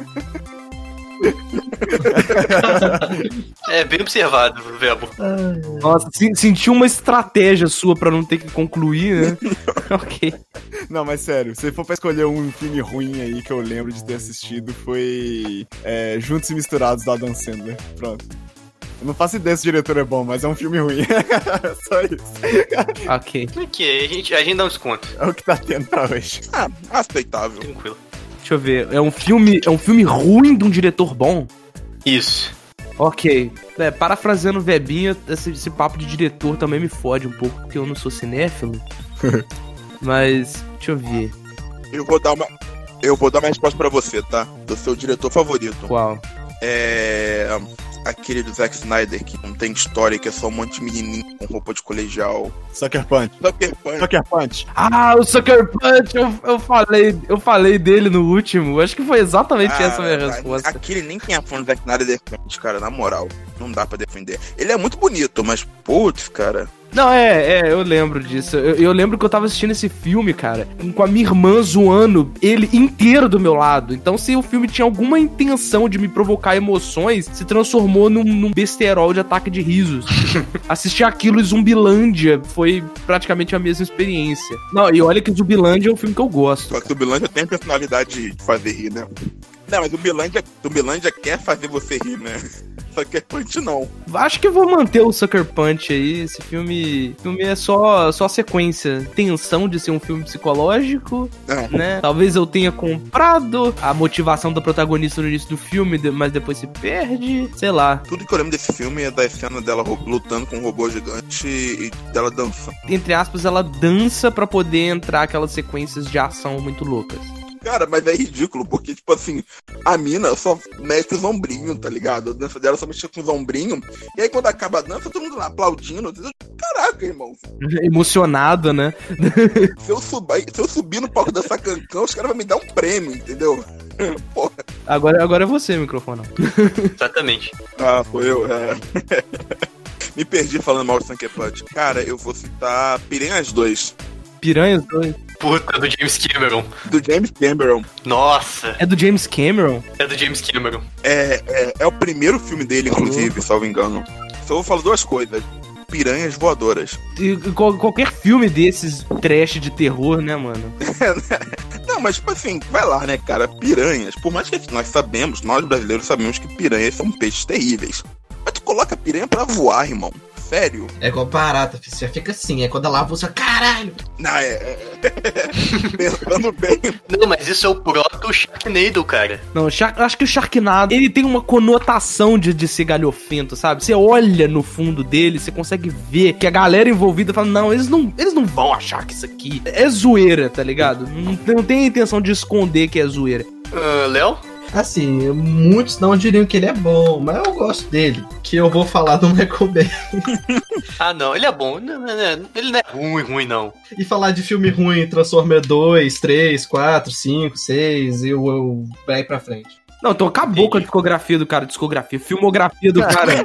É bem observado, Verbo. Nossa, se- senti uma estratégia sua pra não ter que concluir, né? Ok. Não, mas sério, se for pra escolher um filme ruim aí que eu lembro de ter assistido, foi é, Juntos e Misturados do Adam Sandler. Pronto. Eu não faço ideia se o diretor é bom, mas é um filme ruim. Só isso. Ok. Ok, a gente, a gente dá um desconto. É o que tá tendo pra hoje. Ah, aceitável. Tranquilo. Deixa eu ver. É um filme, é um filme ruim de um diretor bom? Isso. Ok. É, parafraseando o Vebinha, esse, esse papo de diretor também me fode um pouco, porque eu não sou cinéfilo. Mas, deixa eu ver. Eu vou dar uma. Eu vou dar uma resposta pra você, tá? Do seu diretor favorito. Qual? É. Aquele do Zack Snyder que não tem história, que é só um monte de menininho com roupa de colegial. Sucker Punch. Sucker Punch. Sucker Punch. Ah, o Sucker Punch! Eu, eu, falei, eu falei dele no último. Acho que foi exatamente essa a minha Ah, resposta. Aquele nem quem é fã do Zack Snyder defende, cara, na moral. Não dá pra defender. Ele é muito bonito, mas putz, cara. Não, é, é, eu lembro disso. Eu, eu lembro que eu tava assistindo esse filme, cara, com a minha irmã zoando ele inteiro do meu lado. Então, se o filme tinha alguma intenção de me provocar emoções, se transformou num, num besterol de ataque de risos. Assistir aquilo em Zumbilândia foi praticamente a mesma experiência. Não, e olha que Zumbilândia é um filme que eu gosto. Só que o Bilândia tem a personalidade de fazer rir, né? Não, mas o Bilândia, o Bilândia quer fazer você rir, né? Sucker Punch não. Acho que eu vou manter o Sucker Punch aí. Esse filme, filme é só, só sequência. Tensão de ser um filme psicológico, É. né? Talvez eu tenha comprado a motivação da protagonista no início do filme, de- mas depois se perde. Sei lá. Tudo que eu lembro desse filme é da cena dela ro- lutando com um robô gigante e dela dançando. Entre aspas, ela dança pra poder entrar aquelas sequências de ação muito loucas. Cara, mas é ridículo, porque, tipo assim, a mina só mexe os ombrinhos, tá ligado? A dança dela só mexe com os ombrinhos. E aí, quando acaba a dança, todo mundo lá aplaudindo. Caraca, irmão. Emocionada, né? Se eu, subir, se eu subir no palco dançar cancão, os caras vão me dar um prêmio, entendeu? Porra. Agora, agora é você, microfone. Exatamente. Ah, foi eu, é. Me perdi falando mal de Sucker Punch. Cara, eu vou citar Piranhas dois, Piranhas dois. Puta, do James Cameron. do James Cameron. Nossa, É do James Cameron? é do James Cameron. É, é, é o primeiro filme dele, inclusive, salvo engano. Só vou falar duas coisas. Piranhas voadoras. E qual- qualquer filme desses trash de terror, né, mano? Não, mas tipo assim, vai lá, né, cara? Piranhas, por mais que nós sabemos, nós brasileiros sabemos que piranhas são peixes terríveis. Mas tu coloca a piranha pra voar, irmão. Sério? É igual barata, filho. Você fica assim, é quando ela voa, você caralho. Não, é. é... Pensando bem. Não, mas isso é o proto Sharknado, cara. Não, Shark- acho que o Sharknado, ele tem uma conotação de, de ser galhofento, sabe? Você olha no fundo dele, você consegue ver que a galera envolvida fala, não, eles não, eles não vão achar que isso aqui é zoeira, tá ligado? Não, não tem a intenção de esconder que é zoeira. Ah, Léo? Assim, muitos não diriam que ele é bom, mas eu gosto dele. Que eu vou falar do Michael Bay. Ah, não, ele é bom. Não, não, não, ele não é ruim, ruim, não. E falar de filme ruim, Transformer dois, três, quatro, cinco, seis, eu, eu vai pra frente. Não, então acabou com a discografia do cara, discografia, filmografia do cara.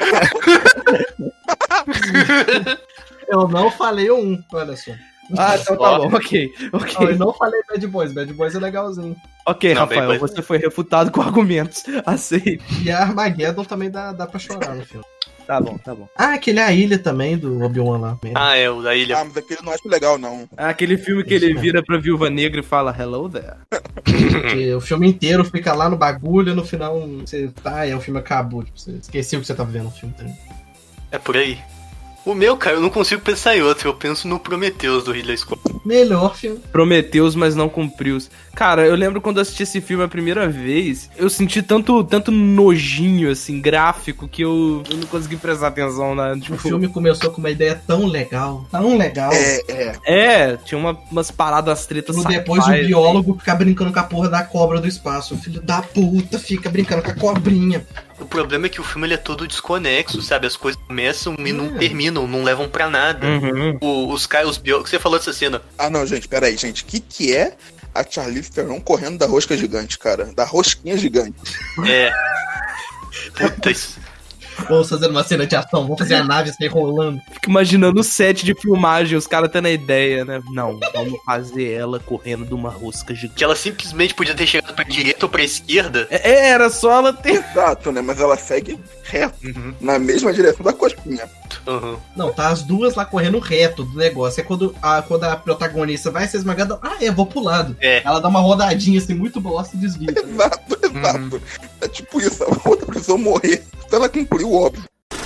Eu não falei o um, olha só. Ah, então tá bom, ok, Não, ok. eu não falei Bad Boys, Bad Boys é legalzinho. Ok, Não, Rafael, bem, mas- você foi refutado com argumentos. Aceito. E a Armageddon também dá, dá pra chorar no filme. Tá bom, tá bom. Ah, aquele é a ilha também, do Obi-Wan lá. Ah, é, o da ilha. Ah, mas aquele eu não acho legal, não. É aquele filme que Isso ele mesmo. vira pra Viúva Negra e fala hello there. Porque o filme inteiro fica lá no bagulho e no final você tá, e o filme acabou. Tipo, você esqueceu que você tava vendo o filme também. É por aí. O meu, cara, eu não consigo pensar em outro. Eu penso no Prometheus do Ridley Scott. Melhor filme. Prometeus, mas não cumpriu. Cara, eu lembro quando eu assisti esse filme a primeira vez, eu senti tanto, tanto nojinho, assim, gráfico, que eu, eu não consegui prestar atenção na. O Tipo, filme começou com uma ideia tão legal, tão legal. É, é. é, tinha uma- umas paradas tretas. E depois o sci-fi, biólogo ficar brincando com a porra da cobra do espaço. O filho da puta fica brincando com a cobrinha. O problema é que o filme ele é todo desconexo, sabe? As coisas começam e não Hum. terminam, não levam pra nada. Uhum. O- os caras, os biólogos, você falou dessa cena. Ah, não, gente, peraí, gente. O que, que é a Charlize Theron correndo da rosca gigante, cara? Da rosquinha gigante. É. Puta, isso. Vamos fazer uma cena de ação, vamos fazer a nave sair rolando. Fico imaginando o set de filmagem, os caras tendo a ideia, né? Não, vamos fazer ela correndo de uma rosca gigante. Que ela simplesmente podia ter chegado pra direita ou pra esquerda. É, era só ela ter... Exato, né? Mas ela segue reto, Uhum. na mesma direção da cospinha. Uhum. Não, tá as duas lá correndo reto do negócio. É quando a, quando a protagonista vai ser esmagada, ah, eu vou pro lado. É. Ela dá uma rodadinha assim, muito bosta e desvia. Tá ligado? Exato, exato. É tipo isso, a outra precisou morrer pra ela cumprir o óbvio.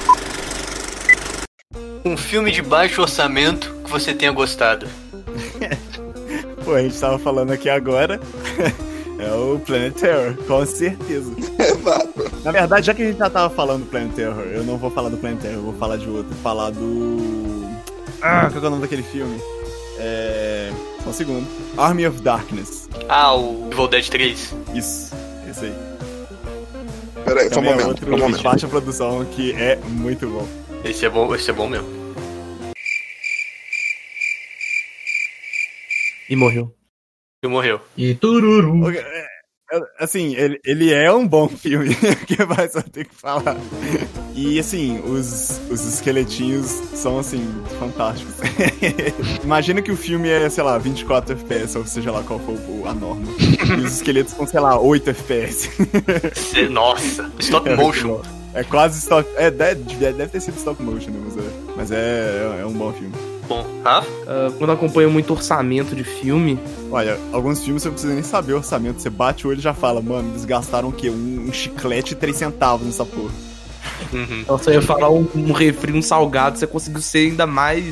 Um filme de baixo orçamento que você tenha gostado. Pô, a gente tava falando aqui agora. É o Planet Terror, com certeza. Exato. Na verdade, já que a gente já tava falando do Planet Terror, eu não vou falar do Planet Terror, eu vou falar de outro. Vou falar do... Ah, qual é o nome daquele filme? É... Só um segundo. Army of Darkness. Ah, o Evil Dead três. Isso, esse aí. Pera aí, só um Também é momento, outro só um de momento. baixa produção que é muito bom. Esse é bom, esse é bom mesmo. E morreu. E morreu. E tururu. Ok, é, é, Assim, ele, ele é um bom filme, que mais eu tenho que falar. E assim, os, os esqueletinhos são assim, fantásticos. Imagina que o filme é, sei lá, vinte e quatro F P S, ou seja lá qual for o- a norma. E os esqueletos são, sei lá, oito F P S. Cê- Nossa, stop É muito motion. bom. É quase stop. É, deve, deve ter sido stop motion, né? Mas é, mas é, é um bom filme. Bom, Rafa? Ah, quando eu acompanho muito orçamento de filme, Olha, alguns filmes você não precisa nem saber o orçamento. Você bate o olho e já fala, mano, eles gastaram o quê? Um, um chiclete e três centavos nessa porra. Uhum. nossa, eu ia falar um, um refri, um salgado, você conseguiu ser ainda mais.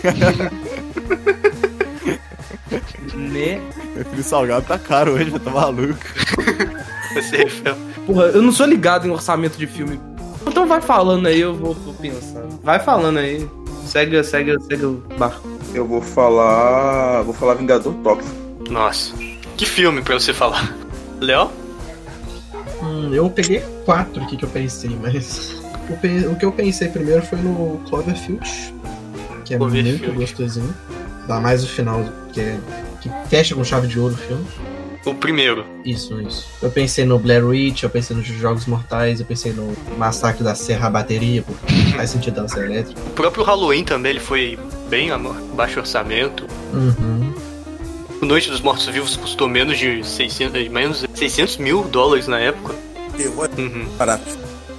né? Meu filho salgado tá caro hoje, tá maluco. Você... Porra, eu não sou ligado em orçamento de filme. Então vai falando aí, eu vou, vou pensar. Vai falando aí. Segue, segue, segue o barco. Eu vou falar. Vou falar Vingador Tóxico. Nossa. Que filme pra você falar? Léo? Hum, eu peguei quatro aqui que eu pensei, mas o, pe- o que eu pensei primeiro foi no Cloverfield, que é Cloverfield. muito gostosinho. Dá mais o final, que, é, que fecha com chave de ouro o filme. O primeiro. Isso, isso. Eu pensei no Blair Witch, eu pensei nos Jogos Mortais, eu pensei no Massacre da Serra Bateria, porque faz sentido da serra elétrica. O próprio Halloween também, ele foi bem a baixo orçamento. Uhum. O Noite dos Mortos-Vivos custou menos de seiscentos, menos de seiscentos mil dólares na época. Terror Uhum. barato.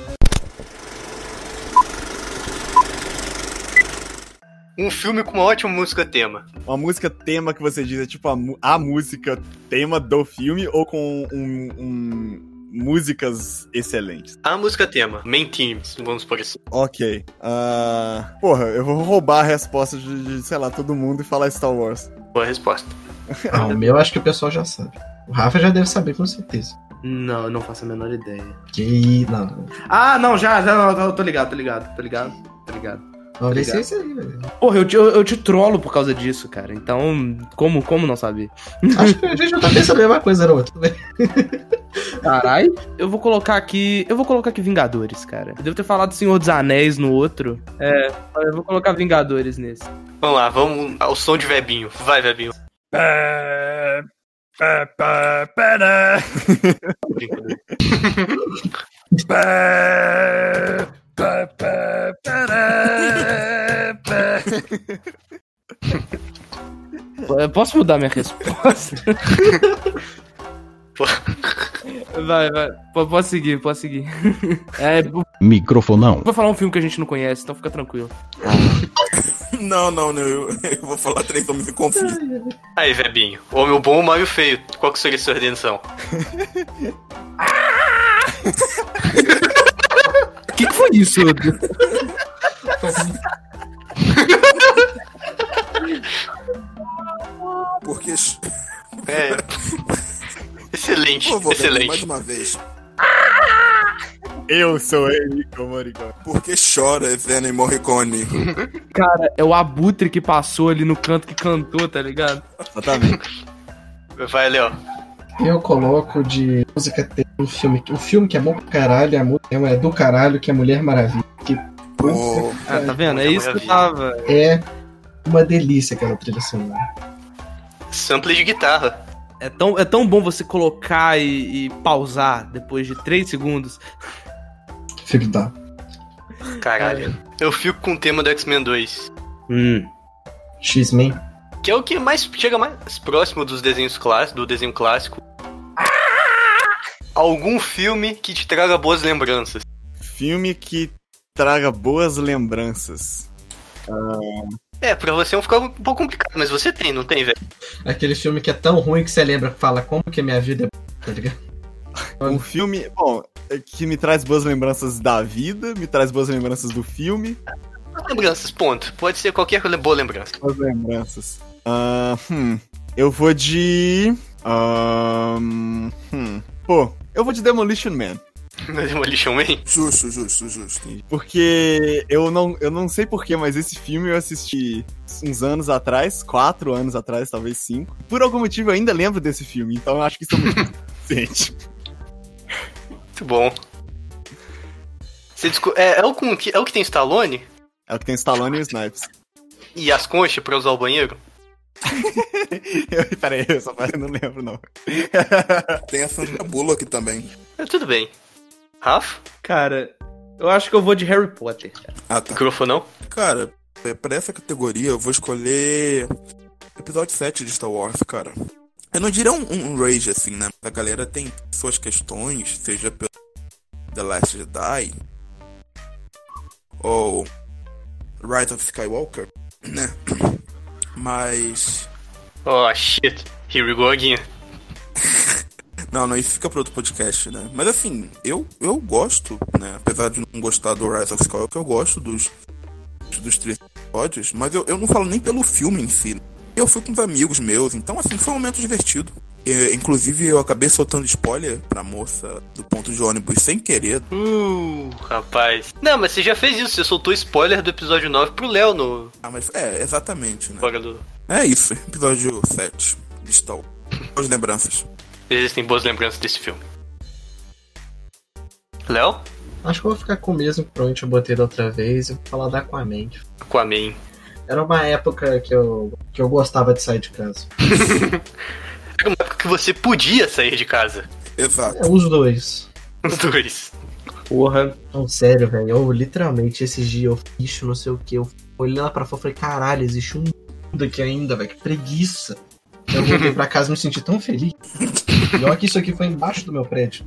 Um filme com uma ótima música tema. Uma música tema que você diz é tipo a, mu- a música tema do filme ou com um, um- músicas excelentes? A música tema, main themes, vamos por assim. Ok. Ah, porra, eu vou roubar a resposta de, de, sei lá, todo mundo e falar Star Wars. Boa resposta. Ah, o meu acho que o pessoal já sabe. O Rafa já deve saber com certeza. Não, eu não faço a menor ideia. Que. Não, não. Ah, não, já, já, não, tô, tô ligado, tô ligado, tô ligado, tô ligado. Vamos ver Obrigado. se é isso aí, velho. Porra, eu te, eu, eu te trolo por causa disso, cara. Então, como, como não saber? Acho que a gente já tá pensando a mesma coisa, era outra. Caralho. Eu vou colocar aqui. Eu vou colocar aqui Vingadores, cara. Eu devo ter falado Senhor dos Anéis no outro. É, eu vou colocar Vingadores nesse. Vamos lá, vamos ao som de Vebinho. Vai, Vebinho. Brincadeira. Eu posso mudar minha resposta? Vai, vai. P- Pode seguir, pode seguir. É, vou Microfonão. vou falar um filme que a gente não conhece, então fica tranquilo. Não, não, não. Eu, eu vou falar três nomes em conflito. Aí, Vebinho. Homem bom ou Mario feio? Qual que seria a sua redenção? O que, que foi isso? Porque. É. Excelente, Por favor, Beto, mais excelente. uma vez. Eu sou Enrico Morricone. Porque chora, Venom Morricone. Cara, é o Abutre que passou ali no canto que cantou, tá ligado? Exatamente. Vai, Léo. Eu coloco de música tem um filme, um filme que é bom pra caralho, a música é do caralho, que é Mulher Maravilha. Que Oh, Ah, tá vendo? É Mulher isso que eu Maravilha. tava. é uma delícia aquela trilha sonora. Sample de guitarra. É tão, é tão bom você colocar e, e pausar depois de três segundos. Filho da. Caralho. Eu fico com o tema do X-Men dois. Hum. X-Men. Que é o que mais chega mais próximo dos desenhos clássicos, do desenho clássico. Algum filme que te traga boas lembranças. Filme que traga boas lembranças. É, pra você ficar um pouco complicado, mas você tem, não tem, velho? Aquele filme que é tão ruim que você lembra, que fala como que minha vida é, tá ligado? Um filme, bom, que me traz boas lembranças da vida, me traz boas lembranças do filme. Boas lembranças, ponto. Pode ser qualquer boa lembrança. Boas lembranças. Uh, hum, eu vou de... Um, hum, pô, eu vou de Demolition Man. Demolition Man? Justo, justo, justo. Porque eu não, eu não sei porquê, mas esse filme eu assisti uns anos atrás, quatro anos atrás, talvez cinco. Por algum motivo eu ainda lembro desse filme, então eu acho que isso é muito suficiente. Muito bom. Você desco... é, é, o com... é o que tem Stallone? É o que tem Stallone e o Snipes. E as conchas pra usar o banheiro? eu, peraí, eu só não lembro, não. Tem a Sandra Bullock também. É, tudo bem. Rafa? Cara, eu acho que eu vou de Harry Potter. Ah, tá. Microfonão? Cara, pra essa categoria eu vou escolher episódio sete de Star Wars, cara. Eu não diria um, um rage, assim, né? A galera tem suas questões, seja pelo The Last Jedi ou Rise of Skywalker, né? Mas... Oh, shit. Here we go again. Não, não, isso fica para outro podcast, né? Mas assim, eu, eu gosto, né? Apesar de não gostar do Rise of Skywalker, eu gosto dos, dos três episódios, mas eu, eu não falo nem pelo filme em si. Eu fui com os amigos meus, então assim, foi um momento divertido. E, inclusive, eu acabei soltando spoiler pra moça do ponto de ônibus sem querer. Uh, rapaz. Não, mas você já fez isso, você soltou spoiler do episódio nove pro Léo no... Ah, mas é, exatamente, né? Fora do... É isso, episódio sete de Star Wars. Boas lembranças. Existem boas lembranças desse filme. Léo? Acho que eu vou ficar com o mesmo que provavelmente eu botei da outra vez e vou falar da Aquaman. Aquaman. Era uma época que eu, que eu gostava de sair de casa. Era uma época que você podia sair de casa. Exato. É, os dois. Os dois. Porra. Não, sério, velho. Eu literalmente, esses dias eu fiz não sei o que. Eu olhei lá pra fora e falei, caralho, existe um mundo aqui ainda, velho. Que preguiça. Eu voltei pra casa e me senti tão feliz. Pior que isso aqui foi embaixo do meu prédio.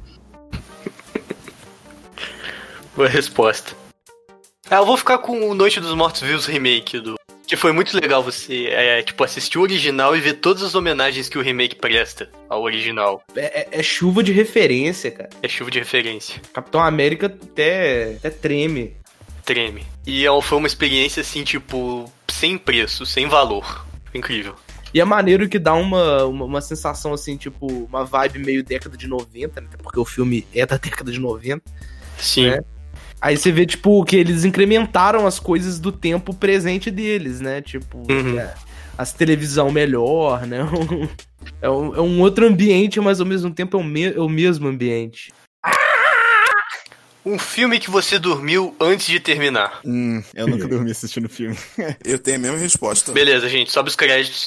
Boa resposta. Ah, eu vou ficar com o Noite dos Mortos-Vivos remake do... Que foi muito legal você, é, tipo, assistir o original e ver todas as homenagens que o remake presta ao original. É, é- é chuva de referência, cara. É chuva de referência. Capitão América até, até treme. Treme. E é- foi uma experiência, assim, tipo, sem preço, sem valor. Incrível. E é maneiro que dá uma, uma, uma sensação, assim, tipo, uma vibe meio década de noventa, né? Porque o filme é da década de noventa. Sim. É. Aí você vê, tipo, que eles incrementaram as coisas do tempo presente deles, né? Tipo, Uhum. é, as televisão melhor, né? É um, é um outro ambiente, mas ao mesmo tempo é o, me- é o mesmo ambiente. Um filme que você dormiu antes de terminar. Hum, eu nunca dormi assistindo filme. Eu tenho a mesma resposta. Beleza, gente, sobe os créditos.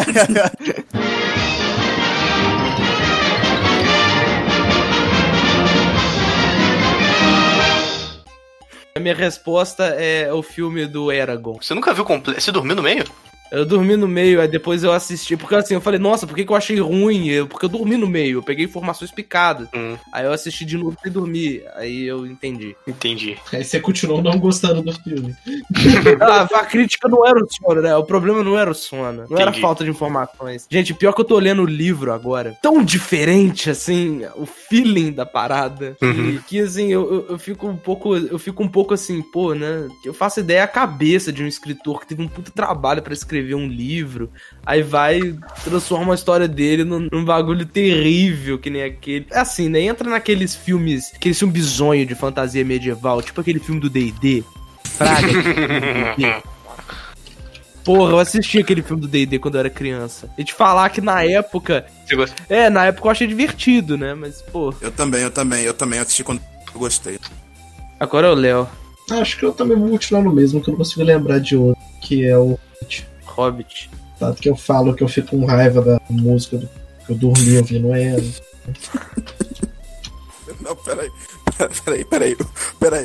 A minha resposta é o filme do Eragon. Você nunca viu completo? Você dormiu no meio? Eu dormi no meio, aí depois eu assisti. Porque assim, eu falei, nossa, por que, que eu achei ruim? Eu- porque eu dormi no meio, eu peguei informações picadas. Hum, Aí eu assisti de novo e dormi. Aí eu entendi. entendi. Aí você continuou não gostando do filme. Ah, a crítica não era o sono, né? O problema não era o sono. Não era Entendi. falta de informações. Gente, pior que eu tô lendo o livro agora. Tão diferente, assim, o feeling da parada. Que, Uhum. que, assim, eu, eu, eu fico um pouco. Eu fico um pouco assim, pô, né? Eu faço ideia a cabeça de um escritor que teve um puto trabalho pra escrever um livro. Aí vai, transforma a história dele num, num bagulho terrível, que nem aquele. É assim, né? Entra naqueles filmes, aquele filme bizonho de fantasia medieval, tipo aquele filme do D e D. Fraga. D e D. Porra, eu assisti aquele filme do D e D quando eu era criança. E te falar que na época. Você gosta? É, na época eu achei divertido, né? Mas, pô. Eu também, eu também, eu também assisti quando eu gostei. Agora é o Léo. Acho que eu também vou continuar no mesmo, que eu não consigo lembrar de outro, que é o Hobbit. Tanto que eu falo que eu fico com raiva da música do, que eu dormi ouvindo ela. Não, peraí. Peraí, peraí, peraí.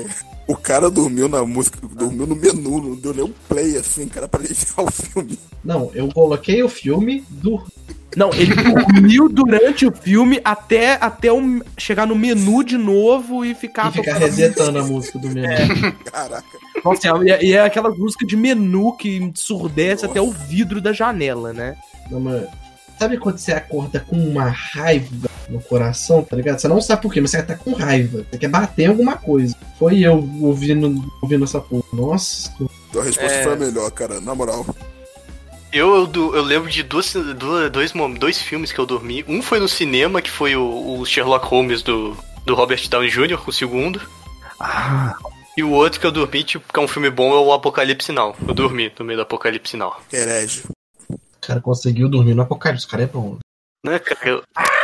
O cara dormiu na música, dormiu no menu, não deu nem um play assim, cara, pra iniciar o filme. Não, eu coloquei o filme do. Não, ele dormiu durante o filme até, até o, chegar no menu de novo e ficar... E ficar resetando a música do menu. É. Caraca. Nossa, e é, e é aquela música de menu que ensurdece até o vidro da janela, né? Não, mano. Sabe quando você acorda com uma raiva no coração, tá ligado? Você não sabe por quê, mas você tá com raiva. Você quer bater em alguma coisa. Foi eu ouvindo, ouvindo essa porra. Nossa. Tua resposta É. foi a melhor, cara, na moral. Eu, eu, du- eu lembro de duas, duas, dois, mom- dois filmes que eu dormi. Um foi no cinema, que foi o, o Sherlock Holmes do, do Robert Downey júnior, o segundo. Ah, E o outro que eu dormi, tipo, que é um filme bom, é o Apocalipse Now. Eu dormi no meio do Apocalipse Now. Herege. O cara conseguiu dormir no apocalipse. O cara é bom. Né, cara? Eu-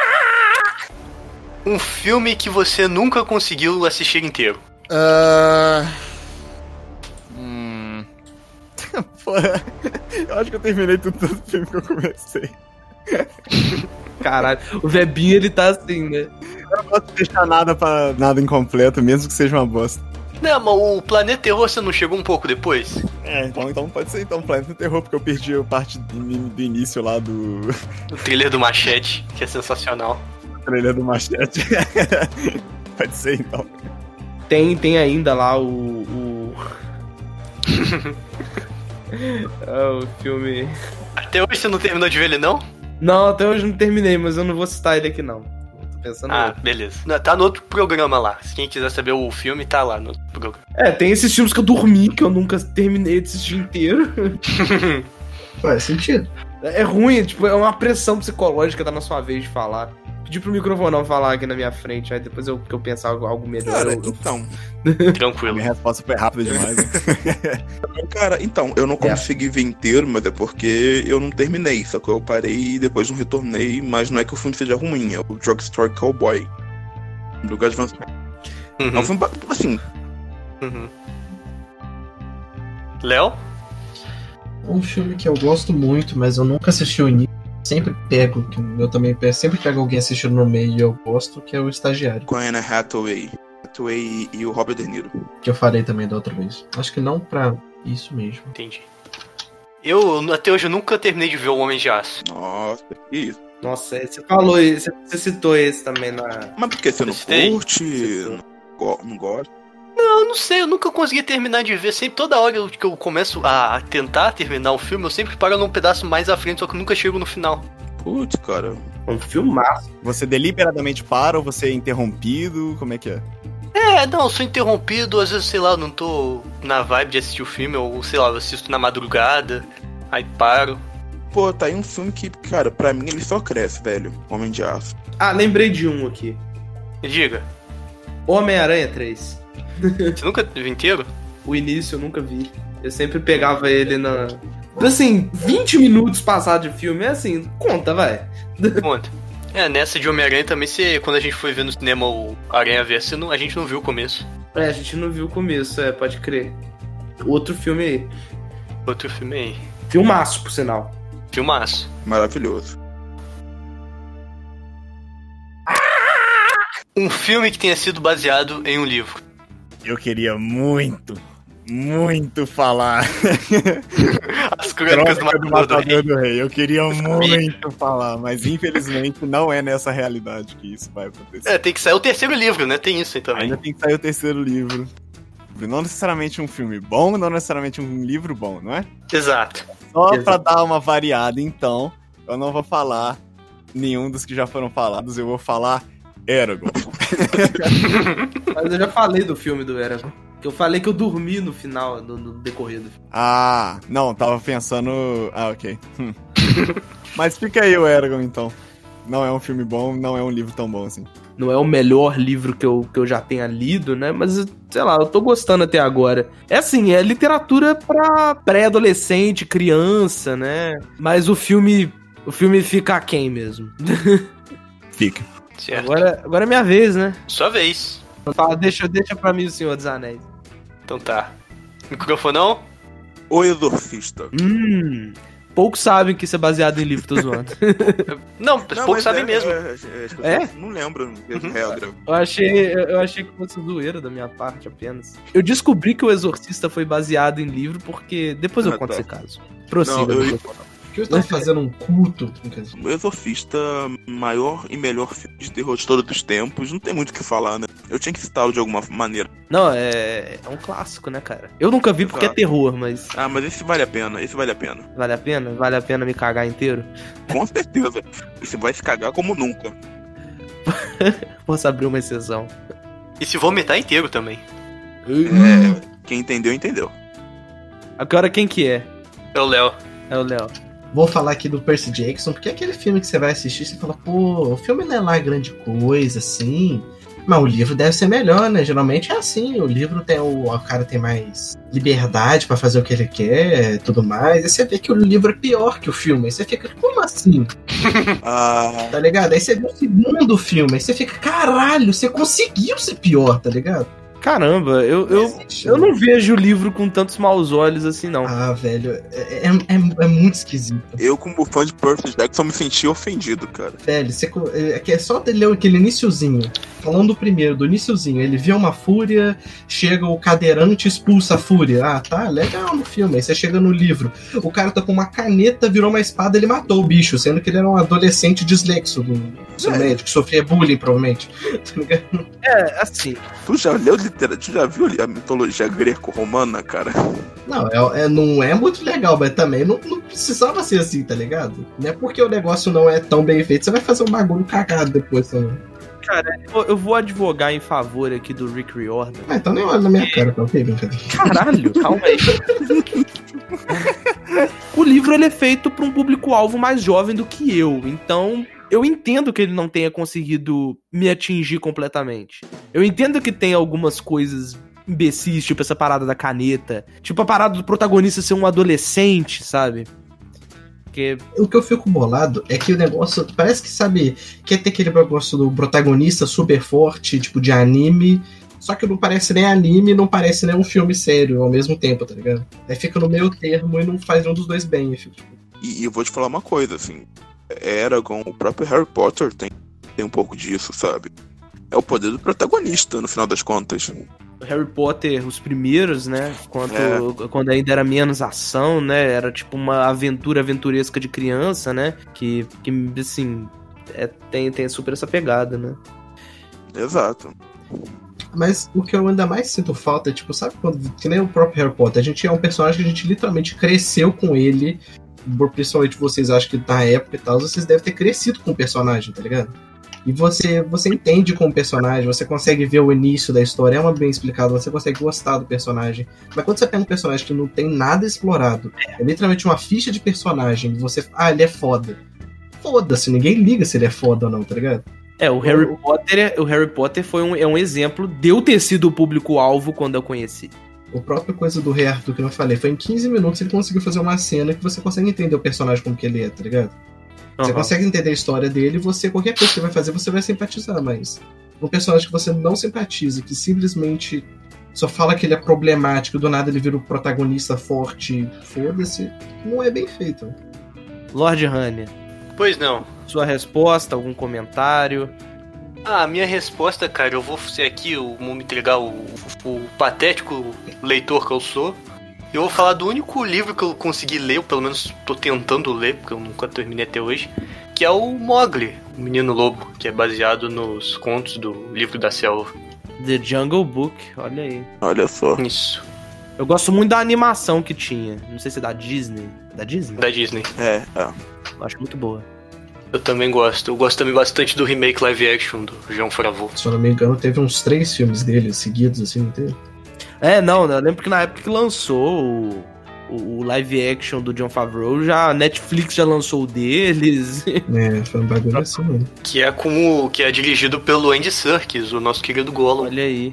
Um filme que você nunca conseguiu assistir inteiro. Ah. Hum. Porra. Eu acho que eu terminei tudo todo filme que eu comecei. caralho. O Vebinho, ele tá assim, né? Eu não posso deixar nada pra nada incompleto, mesmo que seja uma bosta. Não, mas o Planeta Terror você não chegou um pouco depois? É, então, então pode ser então Planeta Terror, porque eu perdi a parte do, do início lá do O trailer do Machete, que é sensacional. trailer do Machete. Pode ser então. Tem, tem ainda lá o... o... ah, o filme... Até hoje você não terminou de ver ele, não? Não, até hoje não terminei, mas eu não vou citar ele aqui, não. Tô pensando... Ah, em outro. beleza. Não, tá no outro programa lá. Se quem quiser saber o filme, tá lá no outro programa. É, tem esses filmes que eu dormi, que eu nunca terminei de assistir inteiro. Faz sentido. É ruim, tipo, é uma pressão psicológica tá na sua vez de falar. Pedi pro microfone falar aqui na minha frente, aí depois eu, que eu pensar algo, algo melhor. Cara, eu, eu... então. Tranquilo. Minha resposta foi rápida demais. Né? Cara, então, eu não consegui ver inteiro, mas é porque eu não terminei, só que eu parei e depois não retornei, mas não é que o filme seja ruim, é o Drugstore Cowboy. Do Gus Van Sant. É um Uhum, filme, ba- assim, uhum. Léo? Um filme que eu gosto muito, mas eu nunca assisti o início. Sempre pego, que eu também pego, sempre pego alguém assistindo no meio e eu gosto, que é o Estagiário. com a Anna Hathaway. Hathaway e o Robert De Niro. Que eu falei também da outra vez. Acho que não pra isso mesmo. Entendi. Eu, até hoje, eu nunca terminei de ver O Homem de Aço. Nossa, que isso. Nossa, você falou isso, você citou esse também na... Mas por que você não Gostei. curte? Não, go- não gosta? Eu não sei, eu nunca consegui terminar de ver. Sempre, toda hora eu- que eu começo a tentar terminar o filme, eu sempre paro num pedaço mais à frente, só que eu nunca chego no final. Putz, cara. Um filmaço. Você deliberadamente para ou você é interrompido? Como é que é? É, não, eu sou interrompido, às vezes, sei lá, eu não tô na vibe de assistir o filme, ou sei lá, eu assisto na madrugada, aí paro. Pô, tá aí um filme que, cara, pra mim ele só cresce, velho. Homem de Aço. Ah, lembrei de um aqui. Me diga, Homem-Aranha três. você nunca viu inteiro? O início eu nunca vi. Eu sempre pegava ele na... Assim, vinte minutos passados de filme, é assim, conta, vai. Conta. É, nessa de Homem-Aranha também, você, quando a gente foi ver no cinema o Aranha Verso, não- a gente não viu o começo. É, a gente não viu o começo, é, pode crer. Outro filme aí. Outro filme aí. Filmaço, por sinal. Filmaço. Maravilhoso. Um filme que tenha sido baseado em um livro. Eu queria muito, muito falar. As Crônicas do Crônica do Matador do Rei. Matador do Rei. Eu queria muito falar, mas infelizmente não é nessa realidade que isso vai acontecer. É, tem que sair o terceiro livro, né? Tem isso aí também. Ainda tem que sair o terceiro livro. Não necessariamente um filme bom, não necessariamente um livro bom, não é? Exato. Só Exato. pra dar uma variada, então, eu não vou falar nenhum dos que já foram falados, eu vou falar Eragon. Mas eu já falei do filme do Eragon. Que eu falei que eu dormi no final, no, no decorrer do filme. Ah, não, tava pensando... Ah, ok. Hum. Mas fica aí o Eragon, então. Não é um filme bom, não é um livro tão bom assim. Não é o melhor livro que eu, que eu já tenha lido, né? Mas, sei lá, eu tô gostando até agora. É assim, é literatura pra pré-adolescente, criança, né? Mas o filme... O filme fica aquém mesmo. Fica. Certo. Agora, agora é minha vez, né? Sua vez. Fala, deixa, deixa pra mim o Senhor dos Anéis. Então tá. Microfonão? O Exorcista. Hum, Poucos sabem que isso é baseado em livro, tô zoando. Não, Não, poucos mas sabem é, mesmo. É, é, É? é, Não lembro a regra. Eu achei, eu achei que fosse zoeira da minha parte apenas. Eu descobri que o Exorcista foi baseado em livro porque depois eu Ah, conto tá. esse caso. Prossiga. Não, eu- doutor. Que eu estava fazendo um culto. O Exorcista, maior e melhor filme de terror de todos os tempos, não tem muito o que falar, né? Eu tinha que citá-lo de alguma maneira. Não, é, é um clássico, né, cara? Eu nunca vi porque é Exato. terror, mas Ah, mas esse vale a pena, esse vale a pena. vale a pena? Vale a pena me cagar inteiro? Com certeza. Você vai se cagar como nunca. Posso abrir uma exceção. E se vomitar inteiro também. É, quem entendeu, entendeu. Agora quem que é? É o Léo. É o Léo. Vou falar aqui do Percy Jackson, porque é aquele filme que você vai assistir e você fala, pô, o filme não é lá grande coisa, assim. Mas o livro deve ser melhor, né? Geralmente é assim, o livro tem o, o cara tem mais liberdade pra fazer o que ele quer, tudo mais. Aí você vê que o livro é pior que o filme. Aí você fica, como assim? Ah, Tá ligado? Aí você vê o segundo filme, aí você fica, caralho, você conseguiu ser pior, tá ligado? Caramba, eu, eu, existe, eu né? não vejo o livro com tantos maus olhos assim, não. Ah, velho, é, é, é- é muito esquisito. eu, como fã de Percy Jackson, me senti ofendido, cara. Velho, você, co- é que é só de ler aquele iniciozinho. Falando do primeiro, do iniciozinho. Ele vê uma fúria, chega o cadeirante e expulsa a fúria. Ah, tá, legal no filme. Aí você chega no livro. O cara tá com uma caneta, virou uma espada, ele matou o bicho, sendo que ele era um adolescente dislexo do ensino É. médio, que sofria bullying, provavelmente. Tá ligado? É, assim, Tu já leu literatura? Tu já viu a mitologia greco-romana, cara? Não, é, é- não é muito legal, mas também não, não precisava ser assim, tá ligado? Não é porque o negócio não é tão bem feito, você vai fazer um bagulho cagado depois também. eu, eu vou advogar em favor aqui do Rick Riordan. Ah, então nem olha na minha cara, tá ok, brincadeira. Caralho, calma aí. O livro ele é feito para um público-alvo mais jovem do que eu, então eu entendo que ele não tenha conseguido me atingir completamente. Eu entendo que tem algumas coisas imbecis, tipo essa parada da caneta, tipo a parada do protagonista ser um adolescente, sabe? Porque O que eu fico bolado é que o negócio parece que, sabe, quer ter aquele negócio do protagonista super forte, tipo de anime, só que não parece nem anime, não parece nem um filme sério ao mesmo tempo, tá ligado? Aí fica no meio termo e não faz nenhum dos dois bem. Eu fico, tipo, E, e eu vou te falar uma coisa, assim. Eragon, o próprio Harry Potter tem, tem um pouco disso, sabe? É o poder do protagonista, no final das contas. o Harry Potter, os primeiros, né? Quando, É. quando ainda era menos ação, né? Era tipo uma aventura aventuresca de criança, né? Que, que assim, é, tem, tem super essa pegada, né? Exato. Mas o que eu ainda mais sinto falta é, tipo, sabe quando. Que nem o próprio Harry Potter, a gente é um personagem que a gente literalmente cresceu com ele. Principalmente vocês acham que na época e tal, vocês devem ter crescido com o personagem, tá ligado? E você, você entende com o personagem, você consegue ver o início da história, é uma bem explicado, você consegue gostar do personagem. Mas quando você pega um personagem que não tem nada explorado, é literalmente uma ficha de personagem, e você. Ah, ele é foda. Foda-se, ninguém liga se ele é foda ou não, tá ligado? É, o Harry Potter, o Harry Potter foi um, é um exemplo de eu ter sido o público-alvo quando eu conheci. A própria coisa do Rei Arthur que eu falei, foi em quinze minutos ele conseguiu fazer uma cena que você consegue entender o personagem como que ele é, tá ligado? Você Uhum. consegue entender a história dele e você, qualquer coisa que ele vai fazer, você vai simpatizar, mas um personagem que você não simpatiza, que simplesmente só fala que ele é problemático, do nada ele vira o protagonista forte, foda-se, não é bem feito. Lord Hanner, Pois não. sua resposta, algum comentário? Ah, a minha resposta, cara, eu vou ser aqui, eu vou me entregar o, o patético leitor que eu sou. Eu vou falar do único livro que eu consegui ler, ou pelo menos tô tentando ler, porque eu nunca terminei até hoje, que é o Mowgli, o Menino Lobo, que é baseado nos contos do Livro da Selva. The Jungle Book, olha aí. Olha só. Isso, Eu gosto muito da animação que tinha. Não sei se é da Disney. Da Disney? da Disney. É, é. Eu acho muito boa. Eu também gosto. Eu gosto também bastante do remake live action do João Favreau. Se eu não me engano, teve uns três filmes dele seguidos, assim, não teve? É, não, eu lembro que na época que lançou o, o, o live action do Jon Favreau, já, a Netflix já lançou o deles. É, foi um bagulho assim, mano. Que é como que é dirigido pelo Andy Serkis, o nosso querido Gollum. Olha aí.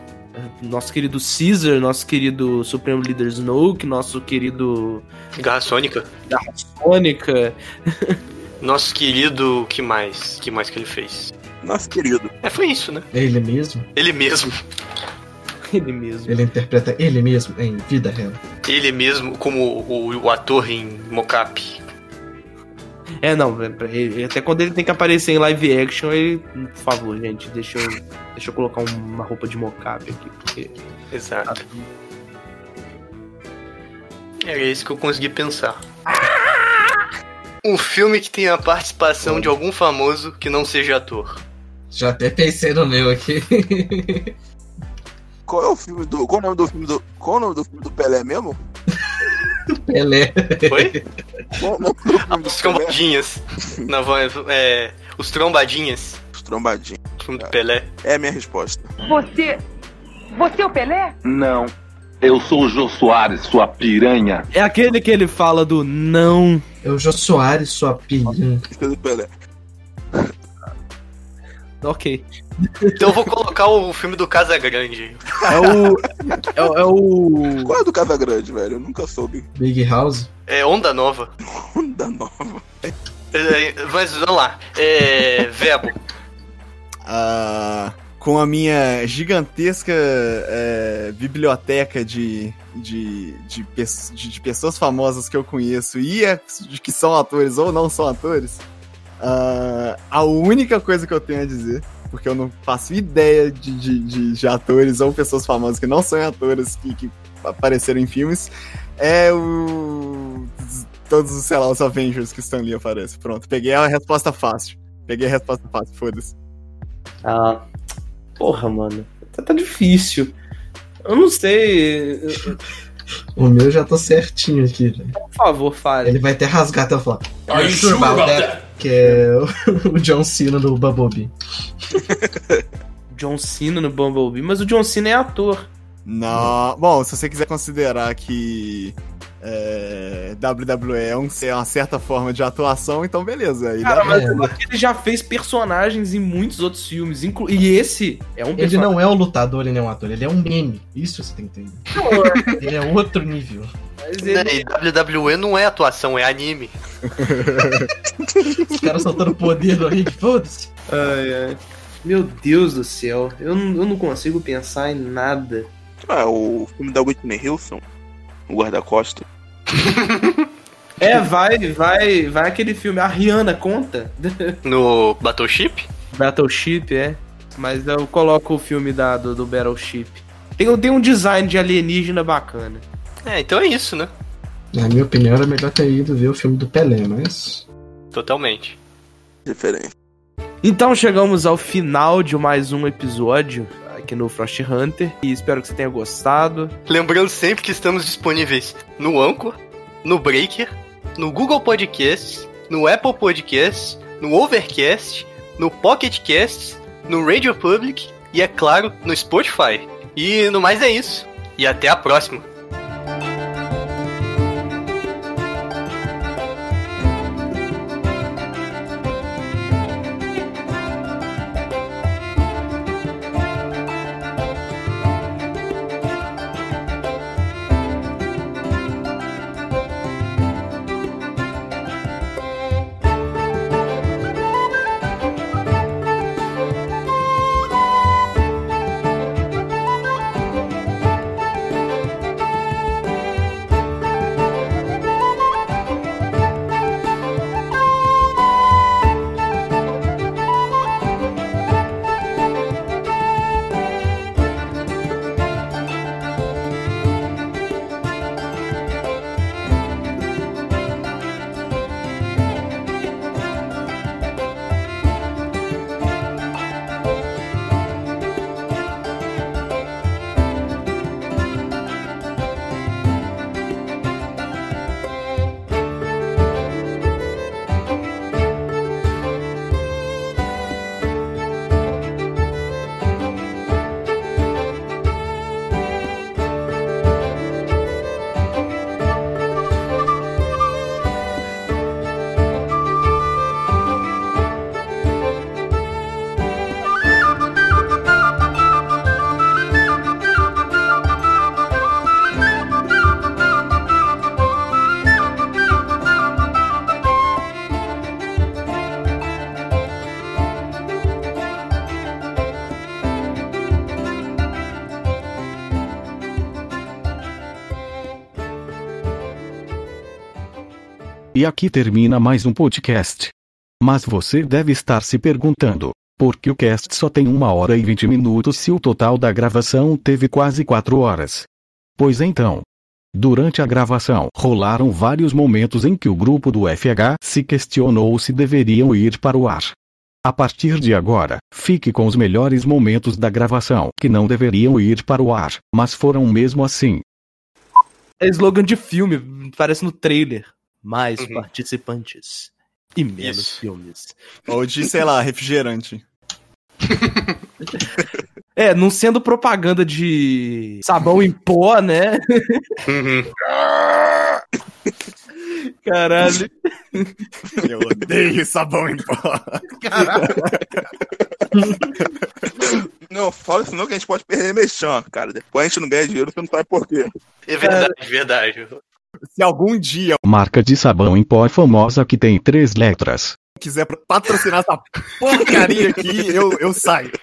Nosso querido Caesar, nosso querido Supremo Líder Snoke, nosso querido Garra Sônica. Sônica. Nosso querido, que mais? Que mais que ele fez? Nosso querido. É, foi isso, né? É ele mesmo? Ele mesmo. Ele mesmo. Ele interpreta ele mesmo em vida real. Ele mesmo como o, o ator em mocap. É, não, ele, até quando ele tem que aparecer em live action, ele, por favor, gente, deixa eu, deixa eu colocar uma roupa de mocap aqui, porque... Exato. Era isso que eu consegui pensar. Um filme que tenha a participação de algum famoso que não seja ator. Já até pensei no meu aqui. Qual é o filme do. Qual é o nome do filme do. Qual é o nome do filme do Pelé mesmo? Pelé. Oi? Qual é o nome do filme Ah, do os Pelé? trombadinhas. Não, vai- é, os trombadinhas. Os trombadinhos. O filme do Pelé. É a minha resposta. Você. Você é o Pelé? Não. Eu sou o Jô Soares, sua piranha. É aquele que ele fala do não. É o Jô Soares, sua pilha. Filme do Pelé. Ok. Então eu vou colocar o filme do Casagrande. É o... É, o- é o... Qual é do Casagrande, velho? Eu nunca soube. Big House. É Onda Nova. Onda Nova. É, mas vamos lá. É, Vebo. Ah, com a minha gigantesca é, biblioteca de, de, de, pe- de- de pessoas famosas que eu conheço e é, de que são atores ou não são atores, ah, a única coisa que eu tenho a dizer, porque eu não faço ideia de, de, de- de atores ou pessoas famosas que não são atores que, que apareceram em filmes, é o... todos os, sei lá, os Avengers que estão ali aparecem. Pronto, peguei a resposta fácil. Peguei a resposta fácil, foda-se. Ah, porra, mano. Tá, tá difícil. Eu não sei. O meu já tô certinho aqui, velho. Por favor, fale. Ele vai até rasgar até eu falar. Are you sure about that? Que é o, o John Cena do Bumblebee. John Cena no Bumblebee, mas o John Cena é ator. Não. Bom, se você quiser considerar que é, W W E é, um- é uma certa forma de atuação, então beleza. Ele Cara, é- mas É. ele já fez personagens em muitos outros filmes. inclu- E esse é um Ele personagem. não é um lutador, ele não é um ator, ele é um meme. Isso você tem que entender. Ele é outro nível. Mas ele... E W W E não é atuação, é anime. Os caras soltando poder no ringue, foda-se. Ai, ai. Meu Deus do céu. Eu não, eu não consigo pensar em nada. Ah, o filme da Whitney Houston. O Guarda-Costa. É, vai, vai, vai aquele filme. A Rihanna conta? No Battleship? Battleship, é. Mas eu coloco o filme da, do, do Battleship. Tem, tem um design de alienígena bacana. É, então é isso, né? Na minha opinião, era melhor ter ido ver o filme do Pelé, mas. Totalmente. Diferente. Então chegamos ao final de mais um episódio aqui no Frost Hunter. E espero que você tenha gostado. Lembrando sempre que estamos disponíveis no Anchor, no Breaker, no Google Podcasts, no Apple Podcasts, no Overcast, no Pocket Casts, no Radio Public e, é claro, no Spotify. E no mais é isso. E até a próxima. E aqui termina mais um podcast. Mas você deve estar se perguntando, por que o cast só tem uma hora e vinte minutos se o total da gravação teve quase quatro horas? Pois então, durante a gravação rolaram vários momentos em que o grupo do F H se questionou se deveriam ir para o ar. A partir de agora, fique com os melhores momentos da gravação, que não deveriam ir para o ar, mas foram mesmo assim. É slogan de filme, parece no trailer. Mais Uhum. participantes e menos Isso. filmes. Ou de, sei lá, refrigerante. É, não sendo propaganda de sabão em pó, né? Uhum. Caralho. Eu odeio sabão em pó. Não, fala isso não que a gente pode perder mexão, cara. Depois a gente não ganha dinheiro, você não sabe por quê. É verdade, verdade. Se algum dia Marca de sabão em pó famosa que tem três letras. eu quiser patrocinar essa porcaria aqui, eu, eu saio.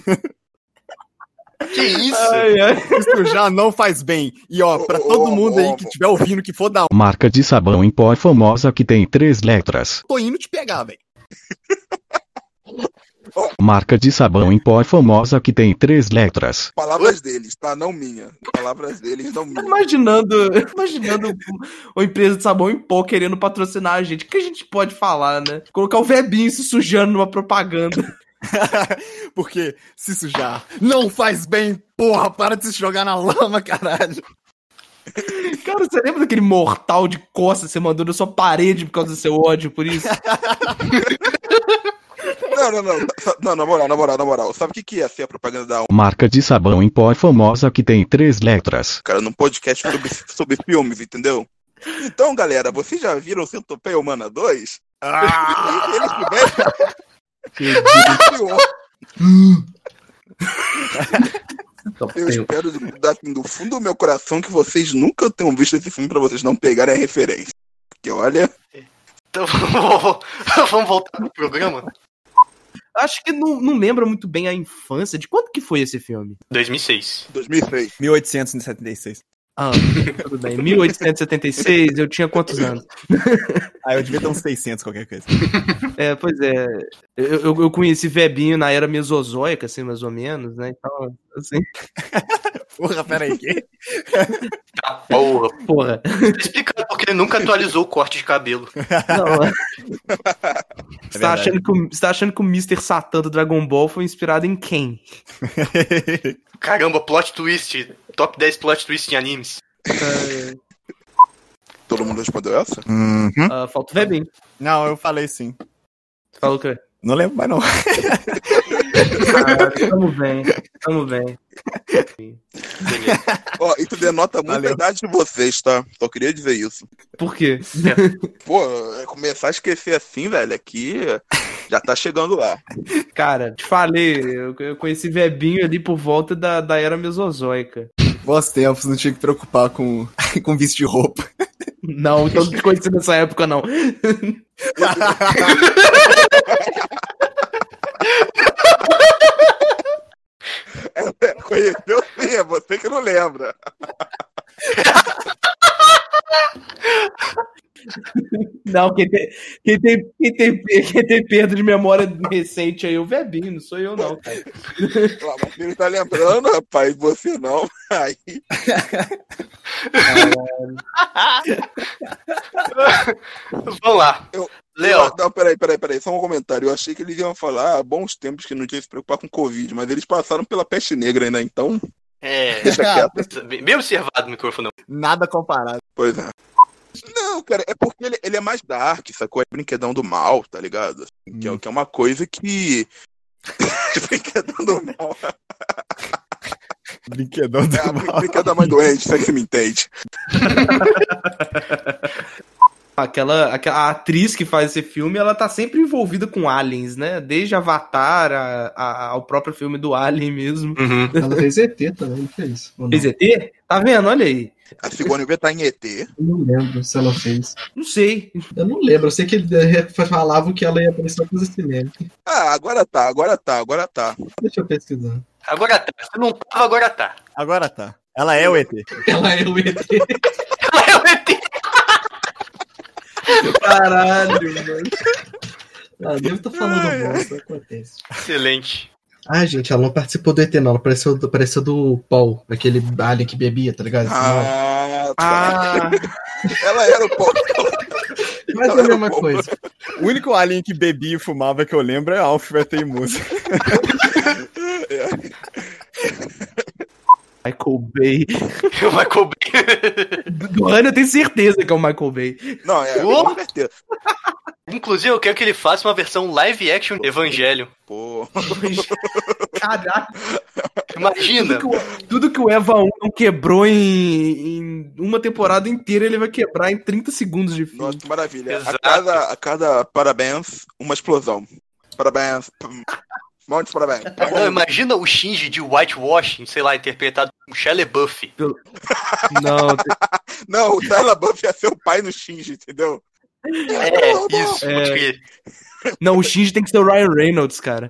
Que isso? Ai, ai. Isso já não faz bem. E ó, pra todo mundo aí que estiver ouvindo que for da hora, Marca de sabão em pó famosa que tem três letras. tô indo te pegar, velho. Marca de sabão em pó famosa que tem três letras. Palavras deles, tá? Não minha. Palavras deles, não minha. Imaginando, imaginando uma empresa de sabão em pó querendo patrocinar a gente. O que a gente pode falar, né? Colocar o Vebinho se sujando numa propaganda. Porque se sujar não faz bem, porra, para de se jogar na lama, caralho. Cara, você lembra daquele mortal de costas que você mandou na sua parede por causa do seu ódio por isso? Não, não, não. Não, na moral, na moral, na moral. Sabe o que que ia ser a propaganda da Marca de sabão em pó famosa que tem três letras. cara num podcast sobre, sobre filmes, entendeu? Então, galera, vocês já viram o Centopeia Humana dois? Ah, E eles tiveram... Eu espero do, da- do fundo do meu coração que vocês nunca tenham visto esse filme pra vocês não pegarem a referência. Porque olha... Então vamos, vamos voltar pro programa? Acho que não, não lembra muito bem a infância. De quando que foi esse filme? dois mil e seis. dois mil e seis. mil oitocentos e setenta e seis. Ah, tudo bem. mil oitocentos e setenta e seis, eu tinha quantos anos? Ah, eu devia ter uns seiscentos, qualquer coisa. É, pois é. Eu, eu, eu conheci Vebinho na era mesozoica, assim, mais ou menos, né? Então, assim, Porra, pera aí. Que? Tá, porra. porra. Tá explicando porque ele nunca atualizou o corte de cabelo. Não, É você, tá achando que o, você tá achando que o mister Satan do Dragon Ball foi inspirado em quem? Caramba, plot twist. Top dez plot twist em animes. Todo mundo respondeu essa? Uhum. Ah, falta o Vebinho. Não, eu falei sim. Você falou o quê? Não lembro mais, não. Ah, tamo bem, tamo bem. Beleza. Ó, isso denota muito Valeu. a idade de vocês, tá? Só queria dizer isso. Por quê? Pô, é começar a esquecer assim, velho, aqui já tá chegando lá. Cara, te falei, eu, eu conheci Vebinho ali por volta da, da era mesozoica. Bons tempos, não tinha que preocupar com, com vestir roupa. Não, então não te conheci nessa época, não. É, conheceu sim, é você que não lembra. Não, quem tem, quem, tem, quem, tem, quem tem perda de memória recente aí é o Vebinho, não sou eu, não, cara. Ah, mas ele tá lembrando, rapaz, você não. Aí, Vamos lá. Eu- Léo, não, peraí, peraí, peraí, só um comentário. Eu achei que eles iam falar há bons tempos que não tinha que se preocupar com Covid, mas eles passaram pela peste negra, né? Então, é. deixa quieto. Bem bem observado o microfone. Nada comparado. Pois é. Não, cara, é porque ele, ele é mais dark, sacou? É brinquedão do mal, tá ligado? Que, é, que é uma coisa que. Brinquedão do mal. Brinquedão do É a mal. brinquedo da mãe doente, se é que você me entende. Aquela, aquela a atriz que faz esse filme, ela tá sempre envolvida com aliens, né? Desde Avatar a, a- ao próprio filme do Alien mesmo. Uhum. Ela fez E T também, não fez? Ou não? Fez E T? Tá vendo? Olha aí. A Sigourney Weaver tá em E T. Eu não lembro se ela fez. Não sei. Eu não lembro, eu sei que ele falavam que ela ia aparecer na coisa cinema. Ah, agora tá, agora tá, agora tá. Deixa eu pesquisar. Agora tá. Se não tava, agora tá. Agora tá. Ela é o E T. Ela é o E T. Ela é o E T. Caralho, mano. Ah, devo estar falando bosta, acontece. Excelente. Ah, gente, ela não participou do E T, não. Ela pareceu, pareceu do Paul, aquele alien que bebia, tá ligado? Ah, Ah, ela era o Paul. Mas é a mesma coisa. O único alien que bebia e fumava que eu lembro é Alf vai teimoso. Michael Bay. O Michael Bay. Do, do ano eu tenho certeza que é o Michael Bay. Não, é, Oh. com certeza. Inclusive, eu quero que ele faça uma versão live action de Evangelho. Pô. Caralho. Imagina. Tudo que, o, tudo que o Eva um não quebrou em, em uma temporada inteira, ele vai quebrar em trinta segundos de filme. Nossa, que maravilha. A Exato. cada, a cada parabéns, uma explosão. Parabéns. Pum. Monte de parabéns. Não, imagina o Shinji de whitewashing, sei lá, interpretado por Shia LaBeouf. Não, tem- Não, o Shia LaBeouf ia ser o pai no Shinji, entendeu? É, isso. É. pode crer. não, o Shinji tem que ser o Ryan Reynolds, cara.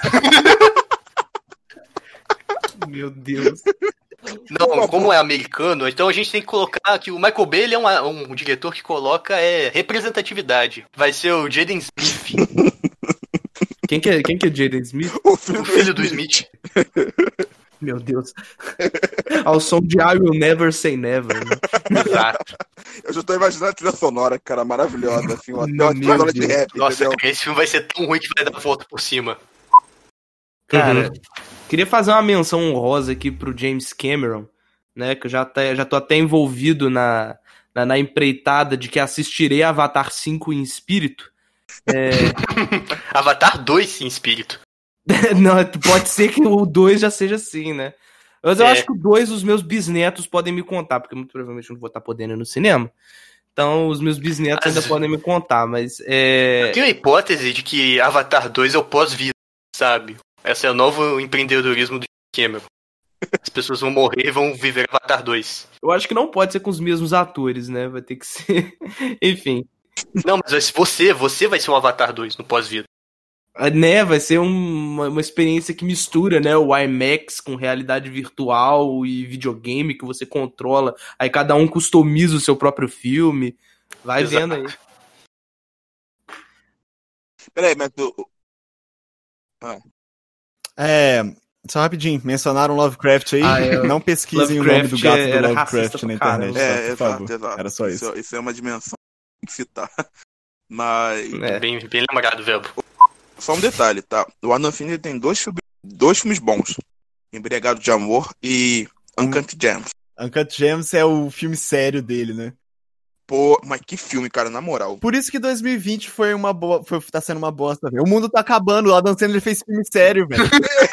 Meu Deus. Não, como é americano, então a gente tem que colocar que o Michael Bay ele é um, um diretor que coloca é, representatividade. Vai ser o Jaden Smith, Quem que é, quem que é Jaden Smith? O filho, o filho do Smith. Meu Deus. Ao som de I Will Never Say Never. Né? Exato. Eu já tô imaginando a trilha sonora, cara, maravilhosa, assim, uma, Meu uma trilha sonora de Deus. rap, Nossa, entendeu? cara, esse filme vai ser tão ruim que vai dar foto por cima. Cara, queria fazer uma menção honrosa aqui pro James Cameron, né? Que eu já, tá, já tô até envolvido na, na, na empreitada de que assistirei Avatar cinco em espírito. É... Avatar dois em espírito. Não, pode ser que o dois já seja assim, né? Mas eu É. acho que o dois os meus bisnetos podem me contar, porque muito provavelmente eu não vou estar podendo ir no cinema. Então os meus bisnetos Mas- ainda podem me contar, mas é... Tem a hipótese de que Avatar dois é o pós-vida, sabe? Esse é o novo empreendedorismo do Cameron. As pessoas vão morrer e vão viver Avatar dois. eu acho que não pode ser com os mesmos atores, né? Vai ter que ser... Enfim. Não, mas vai ser você, você vai ser um Avatar dois no pós-vida. Ah, né, vai ser um- uma, uma experiência que mistura, né, o IMAX com realidade virtual e videogame que você controla. Aí cada um customiza o seu próprio filme. Vai Exato. vendo aí. Peraí, mas o... É, só rapidinho, mencionaram Lovecraft aí. Ah, é. Não pesquisem o Lovecraft nome do gato é- do era Lovecraft racista na pra caramba. internet, É, tá, por exato, favor. exato. Era só isso. Isso, isso é uma dimensão que tem que citar. Mas, É. Bem, bem lembrado, Velbo. só um detalhe, tá? O Adam Finley tem dois, filme, dois filmes bons. Embriagado de Amor e Uncut Gems. Uncut Gems é o filme sério dele, né? Pô, mas que filme, cara, na moral. Por isso que dois mil e vinte foi uma boa, foi, tá sendo uma bosta, velho. O mundo tá acabando, o Adam Sandler fez filme sério, velho.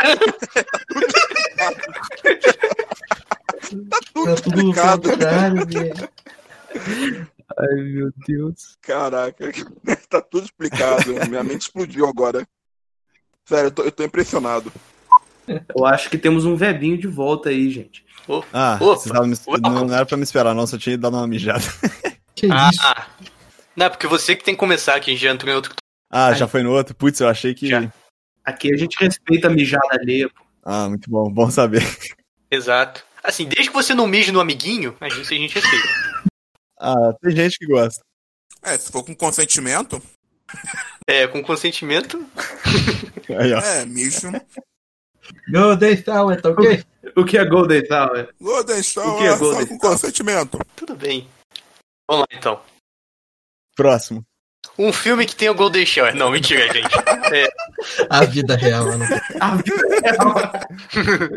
Tá tudo Tá tudo explicado. contrário, velho. Ai, meu Deus. Caraca, tá tudo explicado. Minha mente explodiu agora. Sério, eu tô, eu tô impressionado. Eu acho que temos um Vebinho de volta aí, gente. Ah, Opa, vocês tavam me- opa. não, não era pra me esperar, não, só tinha dado uma mijada. Que Ah, isso? não, é porque você que tem que começar, que a gente já entrou em outro. Ah, já foi no outro? Putz, eu achei que... Já. Aqui a gente respeita a mijada alheia. Pô. Ah, muito bom, bom saber. Exato. Assim, desde que você não mije no amiguinho, a gente, a gente respeita. Ah, tem gente que gosta. É, se for com consentimento, É, com consentimento. Aí, ó. é, mijo. Golden Tower, tá ok? O que é Golden Tower? Golden Shower, O que é é só Golden com Shower? consentimento. Tudo bem. Vamos lá, então. Próximo. Um filme que tem o Golden Shower. Não, mentira, gente. É, A vida real, né? A vida real.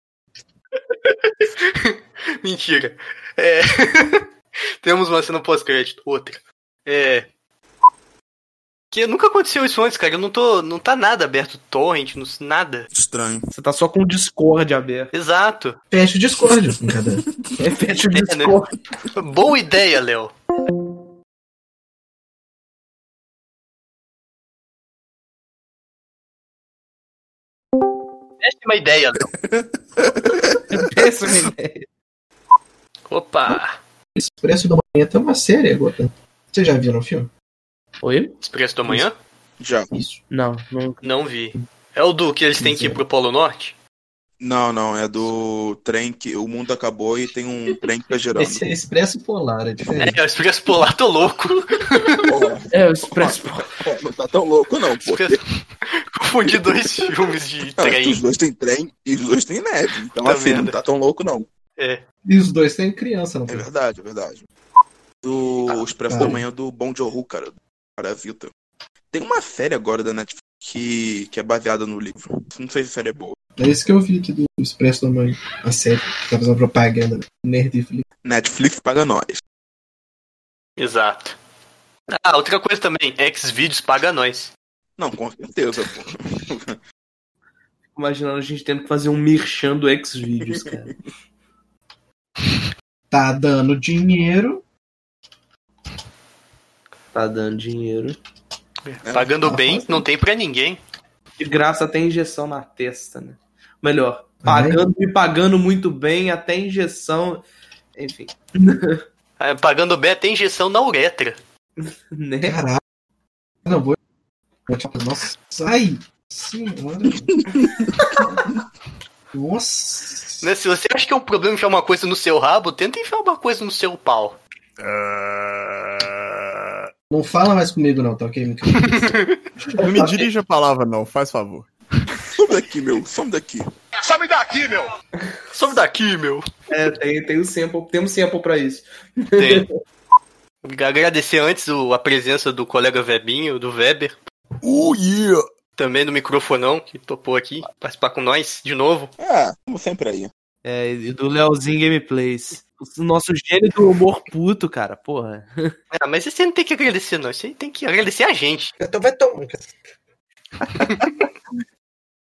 mentira. É... Temos uma cena pós-crédito. Outra. É... Que nunca aconteceu isso antes, cara. Eu não tô... Não tá nada aberto. Torrent, não, nada. Estranho. Você tá só com o Discord aberto. Exato. Fecha o Discord, brincadeira. É, fecha o É, né? Discord. Boa ideia, Léo. Péssima ideia, Léo. Péssima ideia. Opa. Expresso da Manhã tem uma série agora. Você já viu no filme? Oi? Expresso da Manhã? Já. Isso. Não, não. Não vi. É o do que eles têm que ir pro Polo Norte? Não, não, é do trem que o mundo acabou e tem um trem que tá girando. Esse é Expresso Polar, é diferente. É, o Expresso Polar, tô louco. Porra, É, o Expresso. porra, não tá tão louco não, pô. Confundi dois filmes de Não, trem. os dois tem trem e os dois tem neve. Então, Tá assim, vendo? não tá tão louco não. É. E os dois têm criança, não É tem? verdade, é verdade. Do Ah, Expresso cara. da Manhã do Bong Joon-ho, cara. Parasita. Tem uma série agora da Netflix que, que é baseada no livro. Não sei se a série é boa. É isso que eu vi aqui do Expresso da Manhã, a série, que tá fazendo propaganda, Nerdflix. Netflix paga nós. Exato. Ah, outra coisa também, Xvideos paga nós. Não, com certeza, pô. Imaginando a gente tendo que fazer um merchan do Xvideos, cara. Tá dando dinheiro. Tá dando dinheiro. É, Pagando tá bem, fácil. não tem pra ninguém. De graça até injeção na testa, né? Melhor, pagando e pagando muito bem, até injeção. Enfim, É, pagando bem até injeção na uretra. né? Caralho. Não, vou. Nossa, ai! Senhora. Nossa. Né, se você acha que é um problema enfiar uma coisa no seu rabo, tenta enfiar uma coisa no seu pau. Não fala mais comigo, não, tá ok, Mikael? Não me dirija a palavra, não, faz favor. Some daqui, meu. Some daqui. Some daqui, meu! Some daqui, meu. É, tem, tem um sample, tem um sample pra isso. Tem. Agradecer antes o- a presença do colega Webinho, do Weber. Oh, yeah! Também do microfonão, que topou aqui participar com nós de novo. Ah, como sempre aí. É, e do Leozinho Gameplays. O nosso gênio do humor puto, cara, porra. Ah, mas isso aí não tem que agradecer, não. Isso aí tem que agradecer a gente. Então vai tomar.